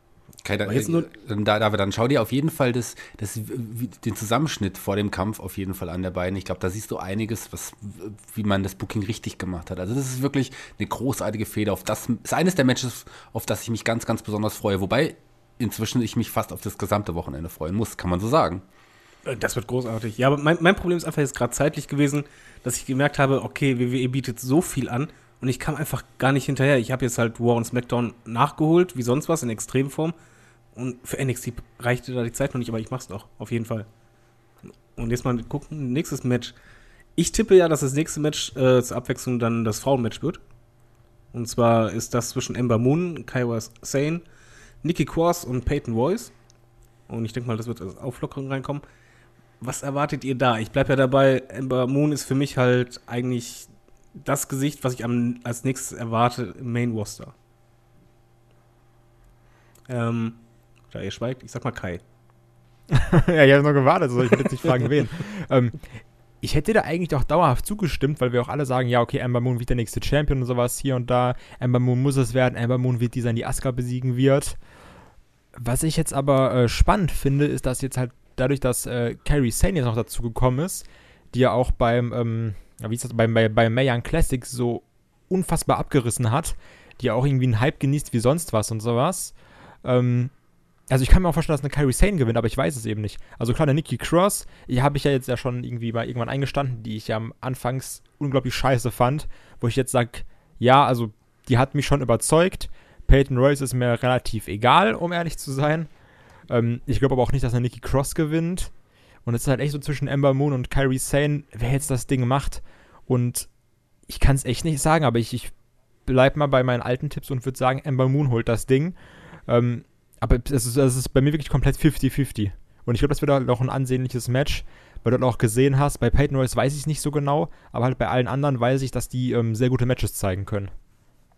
Dann schau dir auf jeden Fall den Zusammenschnitt vor dem Kampf auf jeden Fall an der beiden. Ich glaube, da siehst du einiges, wie man das Booking richtig gemacht hat. Also das ist wirklich eine großartige Fehde. Das ist eines der Matches, auf das ich mich ganz, ganz besonders freue. Wobei inzwischen ich mich fast auf das gesamte Wochenende freuen muss, kann man so sagen. Das wird großartig. Ja, aber mein Problem ist einfach jetzt gerade zeitlich gewesen, dass ich gemerkt habe, okay, WWE bietet so viel an und ich kam einfach gar nicht hinterher. Ich habe jetzt halt Raw und SmackDown nachgeholt, wie sonst was, in Extremform. Und für NXT reichte da die Zeit noch nicht, aber ich mach's doch, auf jeden Fall. Und jetzt mal gucken, nächstes Match. Ich tippe ja, dass das nächste Match zur Abwechslung dann das Frauenmatch wird. Und zwar ist das zwischen Ember Moon, Kairi Sane, Nikki Cross und Peyton Royce. Und ich denke mal, das wird als Auflockerung reinkommen. Was erwartet ihr da? Ich bleibe ja dabei, Ember Moon ist für mich halt eigentlich das Gesicht, was ich als nächstes erwarte im Main Roster. Da ihr schweigt, ich sag mal Kai. Ja, ich habe noch gewartet, also ich will jetzt nicht fragen, wen. Ich hätte da eigentlich auch dauerhaft zugestimmt, weil wir auch alle sagen, ja, okay, Ember Moon wird der nächste Champion und sowas hier und da. Ember Moon muss es werden, Ember Moon wird die sein, die Asuka besiegen wird. Was ich jetzt aber spannend finde, ist, dass jetzt halt dadurch, dass Kairi Sane jetzt noch dazu gekommen ist, die ja auch beim Mae Young Classic so unfassbar abgerissen hat, die ja auch irgendwie einen Hype genießt wie sonst was und sowas. Also ich kann mir auch vorstellen, dass eine Kairi Sane gewinnt, aber ich weiß es eben nicht. Also klar, eine Nikki Cross, die habe ich ja jetzt ja schon irgendwie mal irgendwann eingestanden, die ich ja anfangs unglaublich scheiße fand, wo ich jetzt sage, ja, also die hat mich schon überzeugt. Peyton Royce ist mir relativ egal, um ehrlich zu sein. Ich glaube aber auch nicht, dass eine Nikki Cross gewinnt. Und es ist halt echt so zwischen Ember Moon und Kairi Sane, wer jetzt das Ding macht. Und ich kann es echt nicht sagen, aber ich bleib mal bei meinen alten Tipps und würde sagen, Ember Moon holt das Ding. Aber es ist bei mir wirklich komplett 50-50. Und ich glaube, das wird halt auch ein ansehnliches Match, weil du halt auch gesehen hast, bei Peyton Royce weiß ich es nicht so genau, aber halt bei allen anderen weiß ich, dass die sehr gute Matches zeigen können.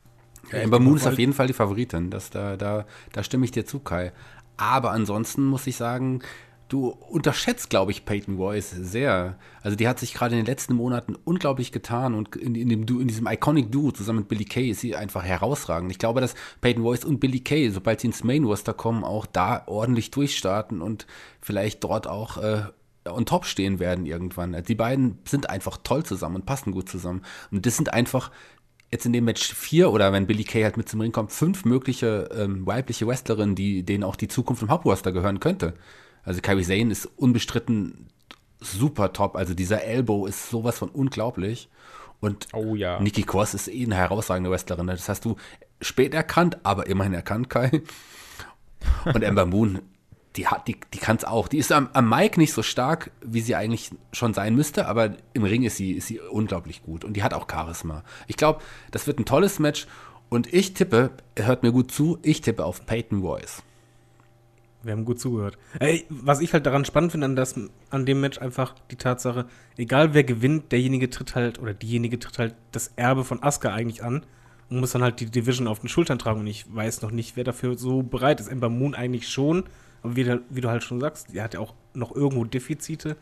Ja, Ember Moon ist auf jeden Fall die Favoritin. Da stimme ich dir zu, Kai. Aber ansonsten muss ich sagen, du unterschätzt, glaube ich, Peyton Royce sehr. Also die hat sich gerade in den letzten Monaten unglaublich getan und in diesem Iconic Duo zusammen mit Billie Kay ist sie einfach herausragend. Ich glaube, dass Peyton Royce und Billie Kay, sobald sie ins Main Roster kommen, auch da ordentlich durchstarten und vielleicht dort auch on top stehen werden irgendwann. Die beiden sind einfach toll zusammen und passen gut zusammen. Und das sind einfach jetzt in dem Match 4 oder wenn Billie Kay halt mit zum Ring kommt, 5 mögliche weibliche Wrestlerinnen, denen auch die Zukunft im Hauptroster gehören könnte. Also Kairi Sane ist unbestritten super top. Also dieser Elbow ist sowas von unglaublich. Und Nikki Cross ist eine herausragende Wrestlerin. Das hast du spät erkannt, aber immerhin erkannt, Kai. Und Ember Moon, die kann es auch. Die ist am Mic nicht so stark, wie sie eigentlich schon sein müsste, aber im Ring ist sie unglaublich gut. Und die hat auch Charisma. Ich glaube, das wird ein tolles Match. Und ich tippe, hört mir gut zu, ich tippe auf Peyton Royce. Wir haben gut zugehört. Was ich halt daran spannend finde an dem Match einfach die Tatsache, egal wer gewinnt, diejenige tritt halt das Erbe von Asuka eigentlich an und muss dann halt die Division auf den Schultern tragen. Und ich weiß noch nicht, wer dafür so bereit ist. Ember Moon eigentlich schon, aber wie du halt schon sagst, die hat ja auch noch irgendwo Defizite.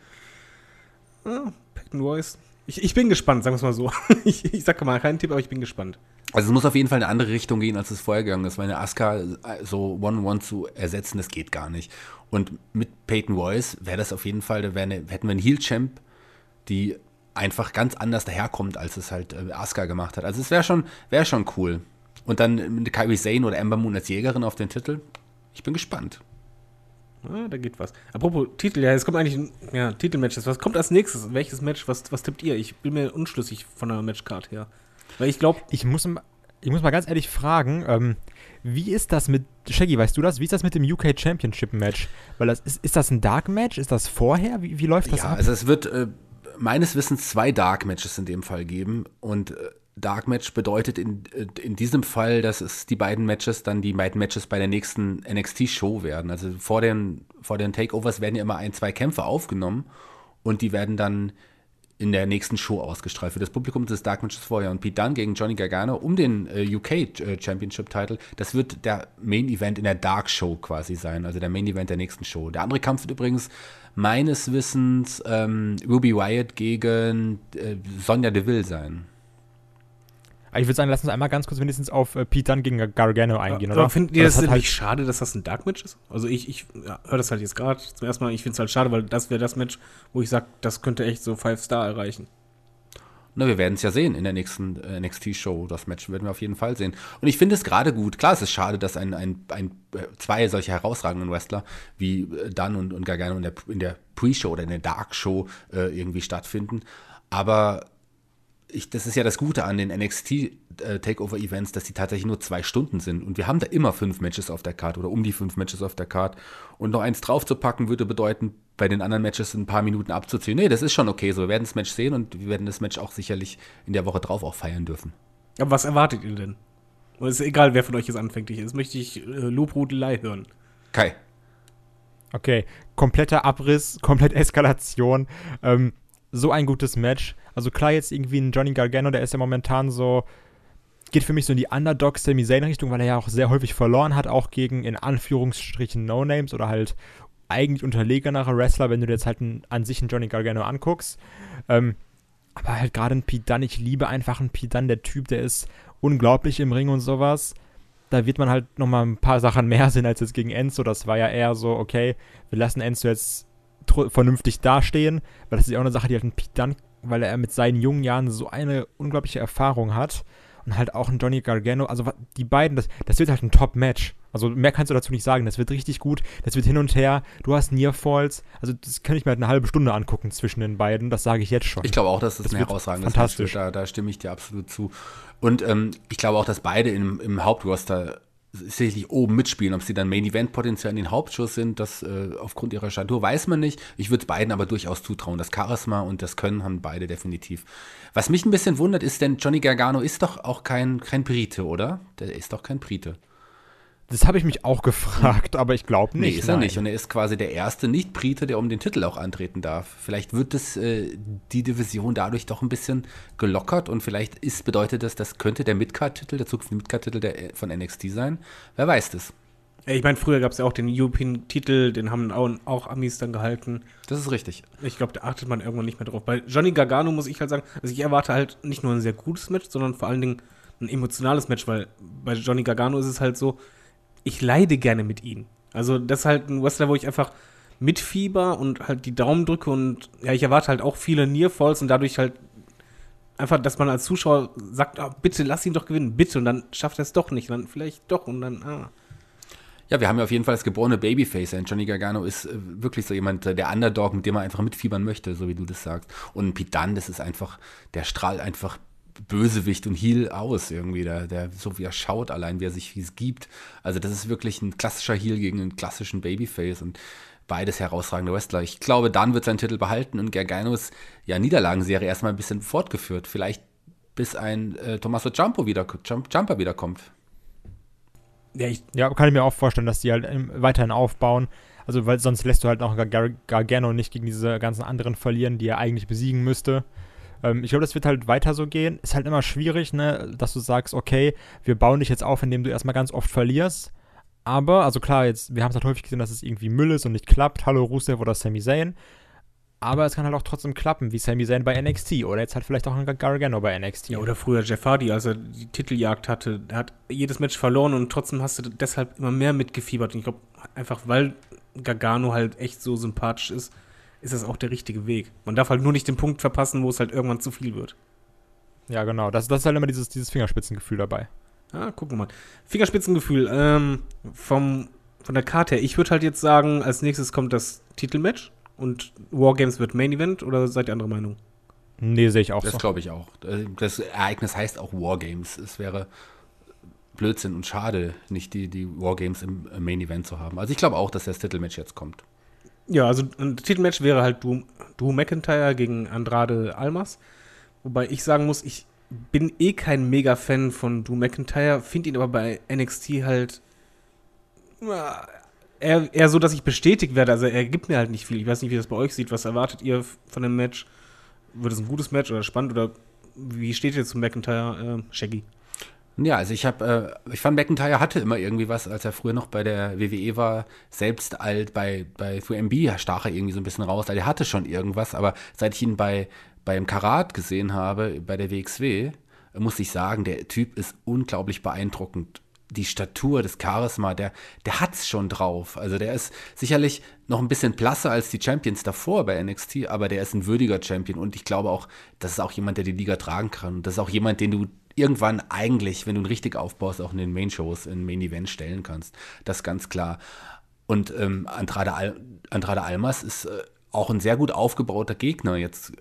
Peyton Royce. Ich bin gespannt, sagen wir es mal so. Ich sage mal keinen Tipp, aber ich bin gespannt. Also es muss auf jeden Fall in eine andere Richtung gehen, als es vorher gegangen ist, weil eine Asuka so One-on-One zu ersetzen, das geht gar nicht. Und mit Peyton Royce wäre das auf jeden Fall, hätten wir einen Heel-Champ, die einfach ganz anders daherkommt, als es halt Asuka gemacht hat. Also es wäre schon cool. Und dann mit Kairi Sane oder Ember Moon als Jägerin auf den Titel. Ich bin gespannt. Da geht was. Apropos Titel, ja, es kommt eigentlich Titelmatches. Was kommt als nächstes? Welches Match? Was tippt ihr? Ich bin mir unschlüssig von der Matchcard her. Weil ich glaube, ich muss mal ganz ehrlich fragen, wie ist das mit, Shaggy, weißt du das? Wie ist das mit dem UK Championship Match? Weil ist das ein Dark Match? Ist das vorher? Wie läuft das ab? Ja, also es wird meines Wissens 2 Dark Matches in dem Fall geben. Und Dark Match bedeutet in diesem Fall, dass es die beiden Matches bei der nächsten NXT-Show werden. Also vor den Takeovers werden ja immer 1-2 Kämpfe aufgenommen und die werden dann in der nächsten Show ausgestrahlt. Für das Publikum des Dark Matches vorher. Und Pete Dunne gegen Johnny Gargano um den UK Championship-Title, das wird der Main-Event in der Dark Show quasi sein, also der Main-Event der nächsten Show. Der andere Kampf wird übrigens meines Wissens Ruby Wyatt gegen Sonya Deville sein. Ich würde sagen, lass uns einmal ganz kurz wenigstens auf Pete Dunne gegen Gargano eingehen, oder? Aber findet ihr das nicht schade, dass das ein Dark-Match ist? Also ich höre das halt jetzt gerade zum ersten Mal. Ich finde es halt schade, weil das wäre das Match, wo ich sage, das könnte echt so 5-Star erreichen. Na, wir werden es ja sehen in der nächsten NXT-Show. Das Match werden wir auf jeden Fall sehen. Und ich finde es gerade gut. Klar, es ist schade, dass zwei solche herausragenden Wrestler wie Dunne und Gargano in der Pre-Show oder in der Dark-Show irgendwie stattfinden. Aber das ist ja das Gute an den NXT-Takeover-Events, dass die tatsächlich nur 2 Stunden sind. Und wir haben da immer 5 Matches auf der Card oder um die 5 Matches auf der Card. Und noch eins draufzupacken, würde bedeuten, bei den anderen Matches ein paar Minuten abzuziehen. Nee, das ist schon okay so. Wir werden das Match sehen und wir werden das Match auch sicherlich in der Woche drauf auch feiern dürfen. Aber was erwartet ihr denn? Und es ist egal, wer von euch jetzt anfängt. Jetzt möchte ich Lobhudelei hören. Kai. Okay, kompletter Abriss, komplett Eskalation. So ein gutes Match. Also klar, jetzt irgendwie ein Johnny Gargano, der ist ja momentan so, geht für mich so in die Underdog-Sami Zayn-Richtung, weil er ja auch sehr häufig verloren hat, auch gegen in Anführungsstrichen No-Names oder halt eigentlich unterlegenere Wrestler, wenn du dir jetzt halt an sich einen Johnny Gargano anguckst. Aber halt gerade ein Pete Dunne, ich liebe einfach einen Pete Dunne, der Typ, der ist unglaublich im Ring und sowas. Da wird man halt nochmal ein paar Sachen mehr sehen als jetzt gegen Enzo. Das war ja eher so, okay, wir lassen Enzo jetzt vernünftig dastehen, weil das ist ja auch eine Sache, die halt ein Pete Dunne, weil er mit seinen jungen Jahren so eine unglaubliche Erfahrung hat und halt auch ein Johnny Gargano, also die beiden, das wird halt ein Top-Match. Also mehr kannst du dazu nicht sagen, das wird richtig gut, das wird hin und her, du hast Nearfalls, also das kann ich mir halt eine halbe Stunde angucken zwischen den beiden, das sage ich jetzt schon. Ich glaube auch, dass das ein herausragendes Match wird, da stimme ich dir absolut zu. Und ich glaube auch, dass beide im Hauptroster sicherlich oben mitspielen. Ob sie dann Main-Event-Potenzial in den Hauptschuss sind, das aufgrund ihrer Statur weiß man nicht. Ich würde es beiden aber durchaus zutrauen. Das Charisma und das Können haben beide definitiv. Was mich ein bisschen wundert, ist, denn Johnny Gargano ist doch auch kein Brite, oder? Der ist doch kein Brite. Das habe ich mich auch gefragt, aber ich glaube nicht. Nee, ist er nicht. Und er ist quasi der erste Nicht-Brite, der um den Titel auch antreten darf. Vielleicht wird die Division dadurch doch ein bisschen gelockert und vielleicht bedeutet das könnte der Midcard-Titel, der zukünftige Midcard-Titel von NXT sein. Wer weiß das? Ich meine, früher gab es ja auch den European-Titel, den haben auch Amis dann gehalten. Das ist richtig. Ich glaube, da achtet man irgendwann nicht mehr drauf. Bei Johnny Gargano muss ich halt sagen, also ich erwarte halt nicht nur ein sehr gutes Match, sondern vor allen Dingen ein emotionales Match, weil bei Johnny Gargano ist es halt so, ich leide gerne mit ihm. Also das ist halt ein Wrestler, wo ich einfach mitfieber und halt die Daumen drücke und ja, ich erwarte halt auch viele Nearfalls und dadurch halt einfach, dass man als Zuschauer sagt, oh, bitte lass ihn doch gewinnen, bitte, und dann schafft er es doch nicht, dann vielleicht doch und dann, Ja, wir haben ja auf jeden Fall das geborene Babyface. Und Johnny Gargano ist wirklich so jemand, der Underdog, mit dem man einfach mitfiebern möchte, so wie du das sagst. Und Pete Dunne, das ist einfach, der strahlt einfach Bösewicht und Heel aus irgendwie, der so wie er schaut allein, wie es gibt. Also das ist wirklich ein klassischer Heel gegen einen klassischen Babyface und beides herausragende Wrestler. Ich glaube, Dan wird seinen Titel behalten und Garganos Niederlagenserie erstmal ein bisschen fortgeführt. Vielleicht bis ein Tommaso Ciampa wiederkommt. Ja, kann ich mir auch vorstellen, dass die halt weiterhin aufbauen. Also, weil sonst lässt du halt auch Gargano nicht gegen diese ganzen anderen verlieren, die er eigentlich besiegen müsste. Ich glaube, das wird halt weiter so gehen. Ist halt immer schwierig, ne, dass du sagst, okay, wir bauen dich jetzt auf, indem du erstmal ganz oft verlierst. Aber, also klar, wir haben es halt häufig gesehen, dass es irgendwie Müll ist und nicht klappt. Hallo Rusev oder Sami Zayn. Aber es kann halt auch trotzdem klappen, wie Sami Zayn bei NXT. Oder jetzt halt vielleicht auch ein Gargano bei NXT. Ja, oder früher Jeff Hardy, als er die Titeljagd hatte. Er hat jedes Match verloren und trotzdem hast du deshalb immer mehr mitgefiebert. Und ich glaube, einfach weil Gargano halt echt so sympathisch ist das auch der richtige Weg. Man darf halt nur nicht den Punkt verpassen, wo es halt irgendwann zu viel wird. Ja, genau. Das ist halt immer dieses Fingerspitzengefühl dabei. Gucken wir mal. Fingerspitzengefühl, von der Karte her. Ich würde halt jetzt sagen, als nächstes kommt das Titelmatch und Wargames wird Main Event, oder seid ihr anderer Meinung? Nee, sehe ich auch Das so. glaube ich auch. Das Ereignis heißt auch Wargames. Es wäre Blödsinn und schade, nicht die Wargames im Main Event zu haben. Also ich glaube auch, dass das Titelmatch jetzt kommt. Ja, also ein Titelmatch wäre halt Drew McIntyre gegen Andrade Almas. Wobei ich sagen muss, ich bin kein Mega-Fan von Drew McIntyre, finde ihn aber bei NXT halt eher so, dass ich bestätigt werde. Also er gibt mir halt nicht viel. Ich weiß nicht, wie das bei euch sieht. Was erwartet ihr von dem Match? Wird es ein gutes Match oder spannend? Oder wie steht ihr zu McIntyre, Shaggy? Ja, also ich fand McIntyre hatte immer irgendwie was, als er früher noch bei der WWE war, selbst bei 3MB stach er irgendwie so ein bisschen raus, also er hatte schon irgendwas, aber seit ich ihn beim Karat gesehen habe, bei der WXW, muss ich sagen, der Typ ist unglaublich beeindruckend. Die Statur, das Charisma, der hat's schon drauf. Also der ist sicherlich noch ein bisschen blasser als die Champions davor bei NXT, aber der ist ein würdiger Champion und ich glaube auch, das ist auch jemand, der die Liga tragen kann. Und das ist auch jemand, den du irgendwann eigentlich, wenn du ihn richtig aufbaust, auch in den Main-Shows, in Main-Event stellen kannst. Das ist ganz klar. Und Andrade Almas ist auch ein sehr gut aufgebauter Gegner. Jetzt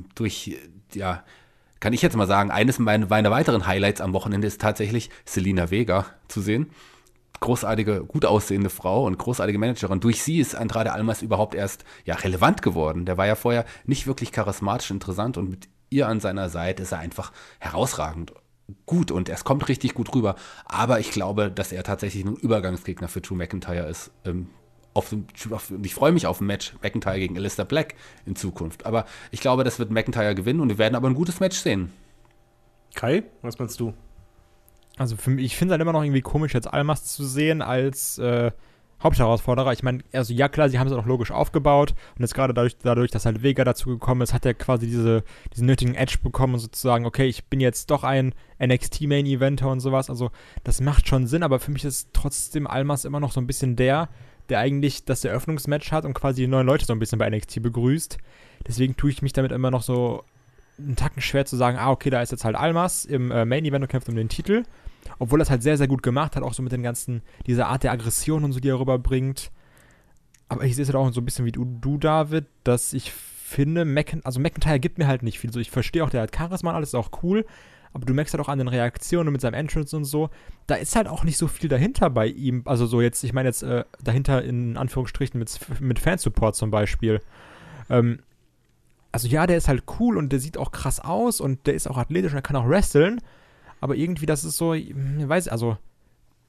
kann ich jetzt mal sagen, eines meiner weiteren Highlights am Wochenende ist tatsächlich Zelina Vega zu sehen. Großartige, gut aussehende Frau und großartige Managerin. Durch sie ist Andrade Almas überhaupt erst relevant geworden. Der war ja vorher nicht wirklich charismatisch interessant und mit ihr an seiner Seite ist er einfach herausragend gut und es kommt richtig gut rüber. Aber ich glaube, dass er tatsächlich ein Übergangsgegner für Drew McIntyre ist. Ich freue mich auf ein Match McIntyre gegen Aleister Black in Zukunft. Aber ich glaube, das wird McIntyre gewinnen und wir werden aber ein gutes Match sehen. Kai, was meinst du? Also ich finde es halt immer noch irgendwie komisch, jetzt Almas zu sehen als Hauptherausforderer. Ich meine, also ja klar, sie haben es auch logisch aufgebaut und jetzt gerade dadurch, dass halt Vega dazu gekommen ist, hat er quasi diesen nötigen Edge bekommen und sozusagen, okay, ich bin jetzt doch ein NXT-Main-Eventer und sowas. Also das macht schon Sinn, aber für mich ist trotzdem Almas immer noch so ein bisschen der eigentlich das Eröffnungsmatch hat und quasi die neuen Leute so ein bisschen bei NXT begrüßt. Deswegen tue ich mich damit immer noch so einen Tacken schwer zu sagen, okay, da ist jetzt halt Almas im Main-Event und kämpft um den Titel. Obwohl er es halt sehr, sehr gut gemacht hat, auch so mit den ganzen, dieser Art der Aggression und so, die er rüberbringt. Aber ich sehe es halt auch so ein bisschen wie du David, dass ich finde, McIntyre gibt mir halt nicht viel. So, ich verstehe auch, der hat Charisma, alles ist auch cool, aber du merkst halt auch an den Reaktionen mit seinem Entrance und so, da ist halt auch nicht so viel dahinter bei ihm. Also so jetzt, ich meine jetzt dahinter in Anführungsstrichen mit Fansupport zum Beispiel. Also ja, der ist halt cool und der sieht auch krass aus und der ist auch athletisch und er kann auch wresteln. Aber irgendwie, das ist so, ich weiß, also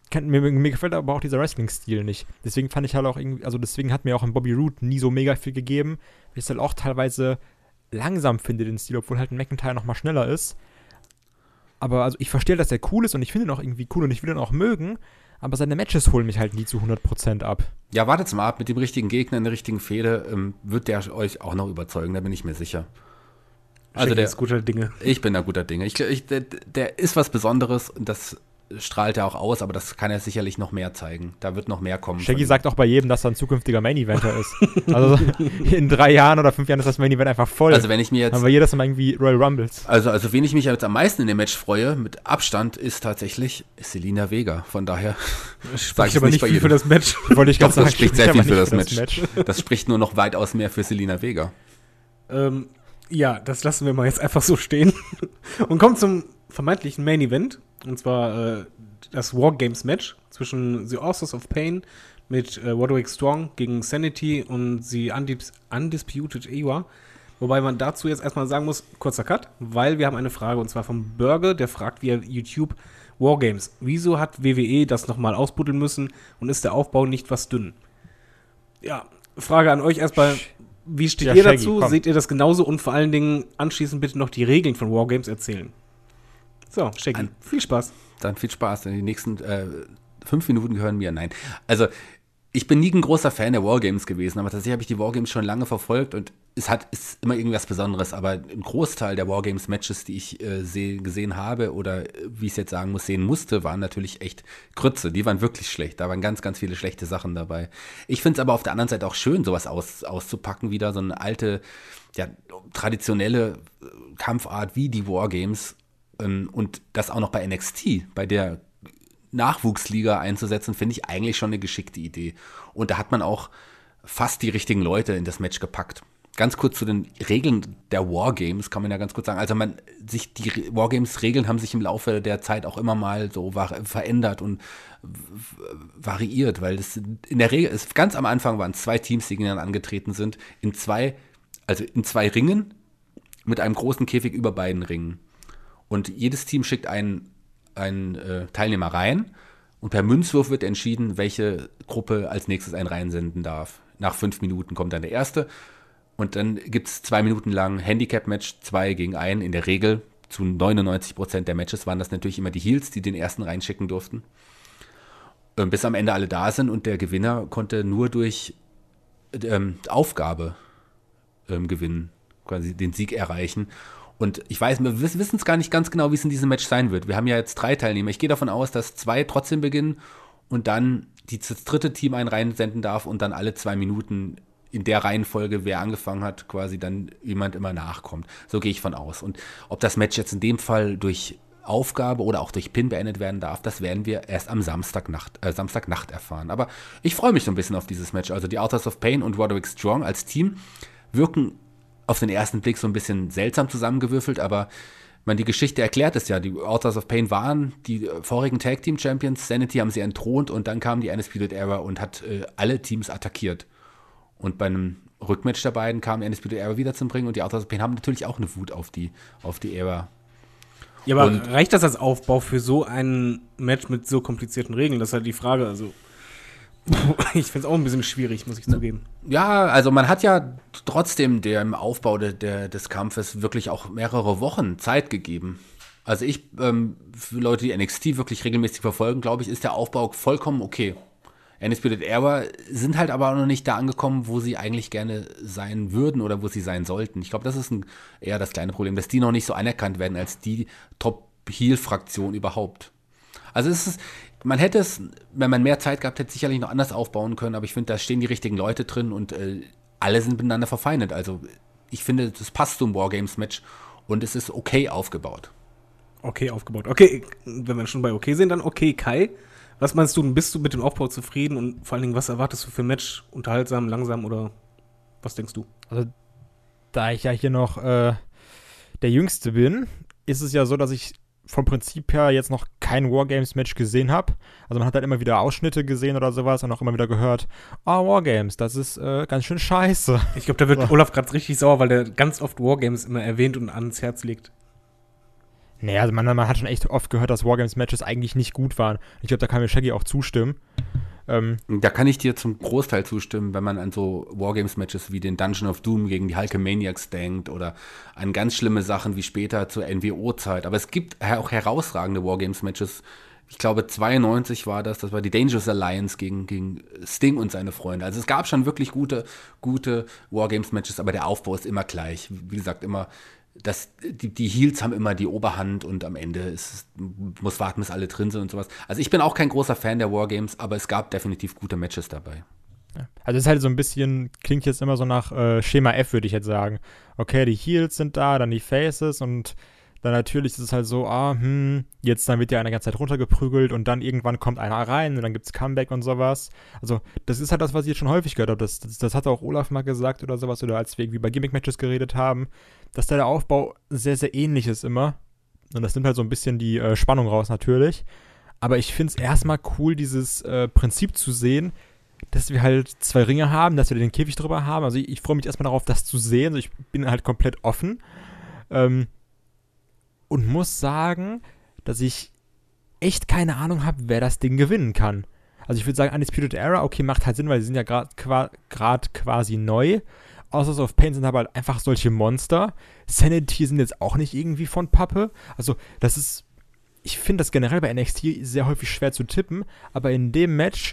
mir gefällt aber auch dieser Wrestling-Stil nicht. Deswegen fand ich halt auch irgendwie, also deswegen hat mir auch ein Bobby Roode nie so mega viel gegeben, weil ich es halt auch teilweise langsam finde, den Stil, obwohl halt ein McIntyre nochmal schneller ist. Aber also ich verstehe, dass er cool ist und ich finde ihn auch irgendwie cool und ich will ihn auch mögen, aber seine Matches holen mich halt nie zu 100% ab. Ja, wartet's mal ab, mit dem richtigen Gegner in der richtigen Fehde wird der euch auch noch überzeugen, da bin ich mir sicher. Also der ist guter Dinge. Ich bin da guter Dinge. Der ist was Besonderes und das strahlt er auch aus, aber das kann er sicherlich noch mehr zeigen. Da wird noch mehr kommen. Shaggy sagt auch bei jedem, dass er ein zukünftiger Main-Eventer ist. Also in 3 Jahren oder 5 Jahren ist das Main-Event einfach voll. Also wenn ich mir jetzt... Haben wir jedes Mal irgendwie Royal Rumbles. Also wen ich mich jetzt am meisten in dem Match freue, mit Abstand, ist tatsächlich Selina Vega. Von daher sage ich aber nicht viel für das Match. Wollte ich Doch, gerade sagen. das spricht sehr viel für das Match. Das spricht nur noch weitaus mehr für Selina Vega. Ja, das lassen wir mal jetzt einfach so stehen. Und kommen zum vermeintlichen Main Event. Und zwar das Wargames-Match zwischen The Authors of Pain mit Roderick Strong gegen Sanity und The Undisputed Era. Wobei man dazu jetzt erstmal sagen muss, kurzer Cut, weil wir haben eine Frage, und zwar vom Burger, der fragt via YouTube Wargames. Wieso hat WWE das nochmal ausbuddeln müssen und ist der Aufbau nicht was dünn? Ja, Frage an euch erstmal. Wie steht ihr Shaggy, dazu? komm. Seht ihr das genauso? Und vor allen Dingen anschließend bitte noch die Regeln von Wargames erzählen. So, Shaggy, viel Spaß. Dann viel Spaß. Die nächsten 5 Minuten gehören mir. Nein. Also, ich bin nie ein großer Fan der Wargames gewesen, aber tatsächlich habe ich die Wargames schon lange verfolgt und ist immer irgendwas Besonderes. Aber ein Großteil der Wargames-Matches, die ich gesehen habe oder wie ich es jetzt sagen muss, sehen musste, waren natürlich echt Grütze. Die waren wirklich schlecht. Da waren ganz, ganz viele schlechte Sachen dabei. Ich finde es aber auf der anderen Seite auch schön, sowas auszupacken, wieder so eine alte, ja, traditionelle Kampfart wie die Wargames und das auch noch bei NXT, bei der Nachwuchsliga einzusetzen, finde ich eigentlich schon eine geschickte Idee. Und da hat man auch fast die richtigen Leute in das Match gepackt. Ganz kurz zu den Regeln der Wargames kann man ja ganz kurz sagen. Also die Wargames-Regeln haben sich im Laufe der Zeit auch immer mal so verändert und variiert, weil das in der Regel, ganz am Anfang waren 2 Teams, die gegeneinander angetreten sind, in 2 Ringen mit einem großen Käfig über beiden Ringen. Und jedes Team schickt einen Teilnehmer rein und per Münzwurf wird entschieden, welche Gruppe als nächstes einen reinsenden darf. Nach 5 Minuten kommt dann der erste und dann gibt es 2 Minuten lang Handicap-Match, 2 gegen 1 in der Regel. Zu 99% der Matches waren das natürlich immer die Heels, die den ersten reinschicken durften. Bis am Ende alle da sind und der Gewinner konnte nur durch Aufgabe gewinnen, quasi den Sieg erreichen. Und ich weiß, wir wissen es gar nicht ganz genau, wie es in diesem Match sein wird. Wir haben ja jetzt 3 Teilnehmer. Ich gehe davon aus, dass 2 trotzdem beginnen und dann das dritte Team einen reinsenden darf und dann alle 2 Minuten in der Reihenfolge, wer angefangen hat, quasi dann jemand immer nachkommt. So gehe ich von aus. Und ob das Match jetzt in dem Fall durch Aufgabe oder auch durch Pin beendet werden darf, das werden wir erst am Samstagnacht erfahren. Aber ich freue mich so ein bisschen auf dieses Match. Also die Authors of Pain und Roderick Strong als Team wirken auf den ersten Blick so ein bisschen seltsam zusammengewürfelt, aber die Geschichte erklärt es ja. Die Authors of Pain waren die vorigen Tag Team Champions, Sanity haben sie entthront und dann kam die Undisputed Era und hat alle Teams attackiert. Und bei einem Rückmatch der beiden kam die Undisputed Era wieder zum Bringen und die Authors of Pain haben natürlich auch eine Wut auf die Era. Ja, aber reicht das als Aufbau für so ein Match mit so komplizierten Regeln? Das ist halt die Frage, also ich finde es auch ein bisschen schwierig, muss ich zugeben. Ja, also man hat ja trotzdem dem Aufbau des Kampfes wirklich auch mehrere Wochen Zeit gegeben. Also für Leute, die NXT wirklich regelmäßig verfolgen, glaube ich, ist der Aufbau vollkommen okay. Undisputed Era sind halt aber auch noch nicht da angekommen, wo sie eigentlich gerne sein würden oder wo sie sein sollten. Ich glaube, das ist eher das kleine Problem, dass die noch nicht so anerkannt werden als die Top-Heel-Fraktion überhaupt. Also man hätte es, wenn man mehr Zeit gehabt hätte, sicherlich noch anders aufbauen können, aber ich finde, da stehen die richtigen Leute drin und alle sind miteinander verfeindet. Also ich finde, das passt zum Wargames-Match und es ist okay aufgebaut. Okay aufgebaut. Okay, wenn wir schon bei okay sind, dann okay, Kai. Was meinst du, bist du mit dem Aufbau zufrieden und vor allen Dingen, was erwartest du für ein Match? Unterhaltsam, langsam oder was denkst du? Also, da ich ja hier noch der Jüngste bin, ist es ja so, dass ich vom Prinzip her jetzt noch kein Wargames-Match gesehen habe. Also man hat halt immer wieder Ausschnitte gesehen oder sowas und auch immer wieder gehört, Wargames, das ist ganz schön scheiße. Ich glaube, da wird Olaf gerade richtig sauer, weil der ganz oft Wargames immer erwähnt und ans Herz legt. Nee, also man hat schon echt oft gehört, dass Wargames-Matches eigentlich nicht gut waren. Ich glaube, da kann mir Shaggy auch zustimmen. Da kann ich dir zum Großteil zustimmen, wenn man an so Wargames-Matches wie den Dungeon of Doom gegen die Hulkamaniacs denkt oder an ganz schlimme Sachen wie später zur NWO-Zeit. Aber es gibt auch herausragende Wargames-Matches. Ich glaube, 92 war das war die Dangerous Alliance gegen Sting und seine Freunde. Also es gab schon wirklich gute Wargames-Matches, aber der Aufbau ist immer gleich. Wie gesagt, immer die Heels haben immer die Oberhand und am Ende muss warten, bis alle drin sind und sowas. Also ich bin auch kein großer Fan der Wargames, aber es gab definitiv gute Matches dabei. Ja. Also es ist halt so ein bisschen, klingt jetzt immer so nach Schema F, würde ich jetzt sagen. Okay, die Heels sind da, dann die Faces und dann natürlich ist es halt so, jetzt dann wird ja eine ganze Zeit runtergeprügelt und dann irgendwann kommt einer rein und dann gibt's Comeback und sowas. Also das ist halt das, was ich jetzt schon häufig gehört habe. Das hat auch Olaf mal gesagt oder sowas, oder als wir irgendwie bei Gimmick-Matches geredet haben, dass da der Aufbau sehr, sehr ähnlich ist immer. Und das nimmt halt so ein bisschen die Spannung raus natürlich. Aber ich finde es erstmal cool, dieses Prinzip zu sehen, dass wir halt 2 Ringe haben, dass wir den Käfig drüber haben. Also ich freue mich erstmal darauf, das zu sehen. Also ich bin halt komplett offen. Und muss sagen, dass ich echt keine Ahnung habe, wer das Ding gewinnen kann. Also ich würde sagen, Undisputed Era, okay, macht halt Sinn, weil sie sind ja gerade quasi neu. Außers of Pain sind aber halt einfach solche Monster. Sanity sind jetzt auch nicht irgendwie von Pappe. Also das ist, ich finde das generell bei NXT sehr häufig schwer zu tippen, aber in dem Match,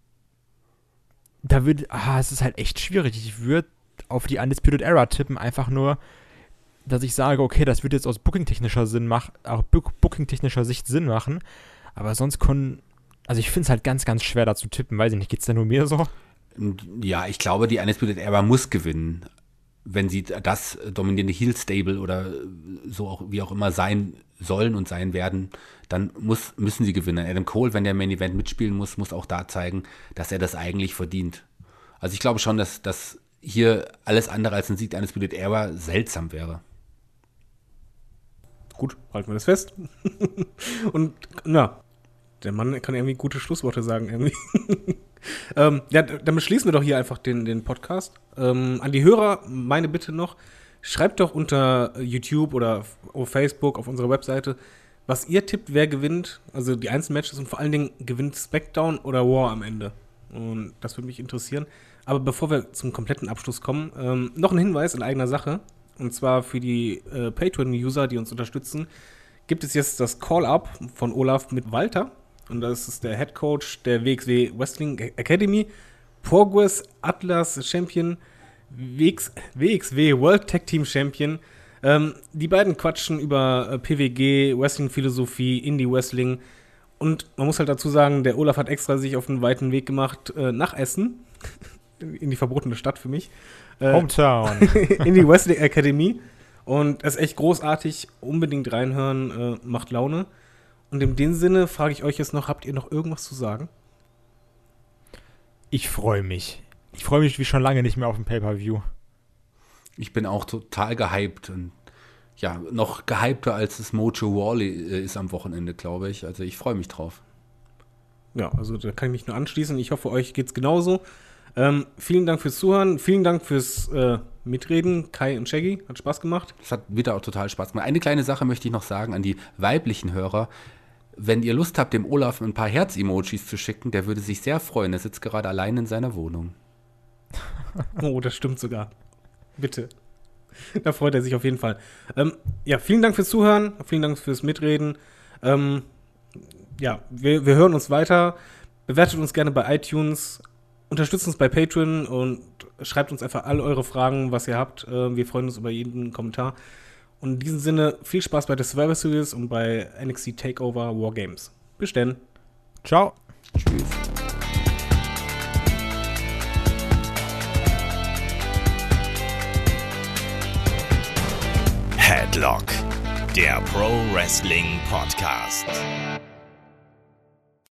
es ist halt echt schwierig. Ich würde auf die Undisputed Era tippen, einfach nur, dass ich sage, okay, das wird jetzt aus booking-technischer Sicht Sinn machen, aber sonst also ich finde es halt ganz, ganz schwer da zu tippen, weiß ich nicht, geht's da nur mir so? Ja, ich glaube, die Undisputed Era muss gewinnen, wenn sie das dominierende Heel-Stable oder so auch, wie auch immer sein sollen und sein werden, dann müssen sie gewinnen. Adam Cole, wenn der Main Event mitspielen muss auch da zeigen, dass er das eigentlich verdient. Also ich glaube schon, dass hier alles andere als ein Sieg der Undisputed Era seltsam wäre. Gut, halten wir das fest. Und, na, der Mann kann irgendwie gute Schlussworte sagen, irgendwie. Ja, dann beschließen wir doch hier einfach den Podcast. An die Hörer meine Bitte noch, schreibt doch unter YouTube oder auf Facebook, auf unserer Webseite, was ihr tippt, wer gewinnt. Also die Einzelmatches und vor allen Dingen gewinnt SmackDown oder Raw am Ende. Und das würde mich interessieren. Aber bevor wir zum kompletten Abschluss kommen, noch ein Hinweis in eigener Sache. Und zwar für die Patreon-User, die uns unterstützen, gibt es jetzt das Call-Up von Olaf mit Walter. Und das ist der Head Coach der WXW Wrestling Academy, Progress Atlas Champion, WXW World Tag Team Champion. Die beiden quatschen über PWG, Wrestling-Philosophie, Indie-Wrestling. Und man muss halt dazu sagen, der Olaf hat extra sich auf einen weiten Weg gemacht nach Essen, in die verbotene Stadt für mich. Hometown. In die Wrestling Academy. Und es ist echt großartig. Unbedingt reinhören. Macht Laune. Und in dem Sinne frage ich euch jetzt noch, habt ihr noch irgendwas zu sagen? Ich freue mich. Ich freue mich wie schon lange nicht mehr auf ein Pay-Per-View. Ich bin auch total gehypt. Und ja, noch gehypter als das Mojo Rawley ist am Wochenende, glaube ich. Also ich freue mich drauf. Ja, also da kann ich mich nur anschließen. Ich hoffe, euch geht's genauso. Vielen Dank fürs Zuhören, vielen Dank fürs Mitreden, Kai und Shaggy, hat Spaß gemacht. Es hat wieder auch total Spaß gemacht. Eine kleine Sache möchte ich noch sagen an die weiblichen Hörer. Wenn ihr Lust habt, dem Olaf ein paar Herz-Emojis zu schicken, der würde sich sehr freuen. Er sitzt gerade allein in seiner Wohnung. Oh, das stimmt sogar. Bitte. Da freut er sich auf jeden Fall. Ja, vielen Dank fürs Zuhören, vielen Dank fürs Mitreden. Ja, wir hören uns weiter. Bewertet uns gerne bei iTunes. Unterstützt uns bei Patreon und schreibt uns einfach all eure Fragen, was ihr habt. Wir freuen uns über jeden Kommentar. Und in diesem Sinne, viel Spaß bei der Survivor Series und bei NXT TakeOver War Games. Bis dann. Ciao. Tschüss. Headlock, der Pro Wrestling Podcast.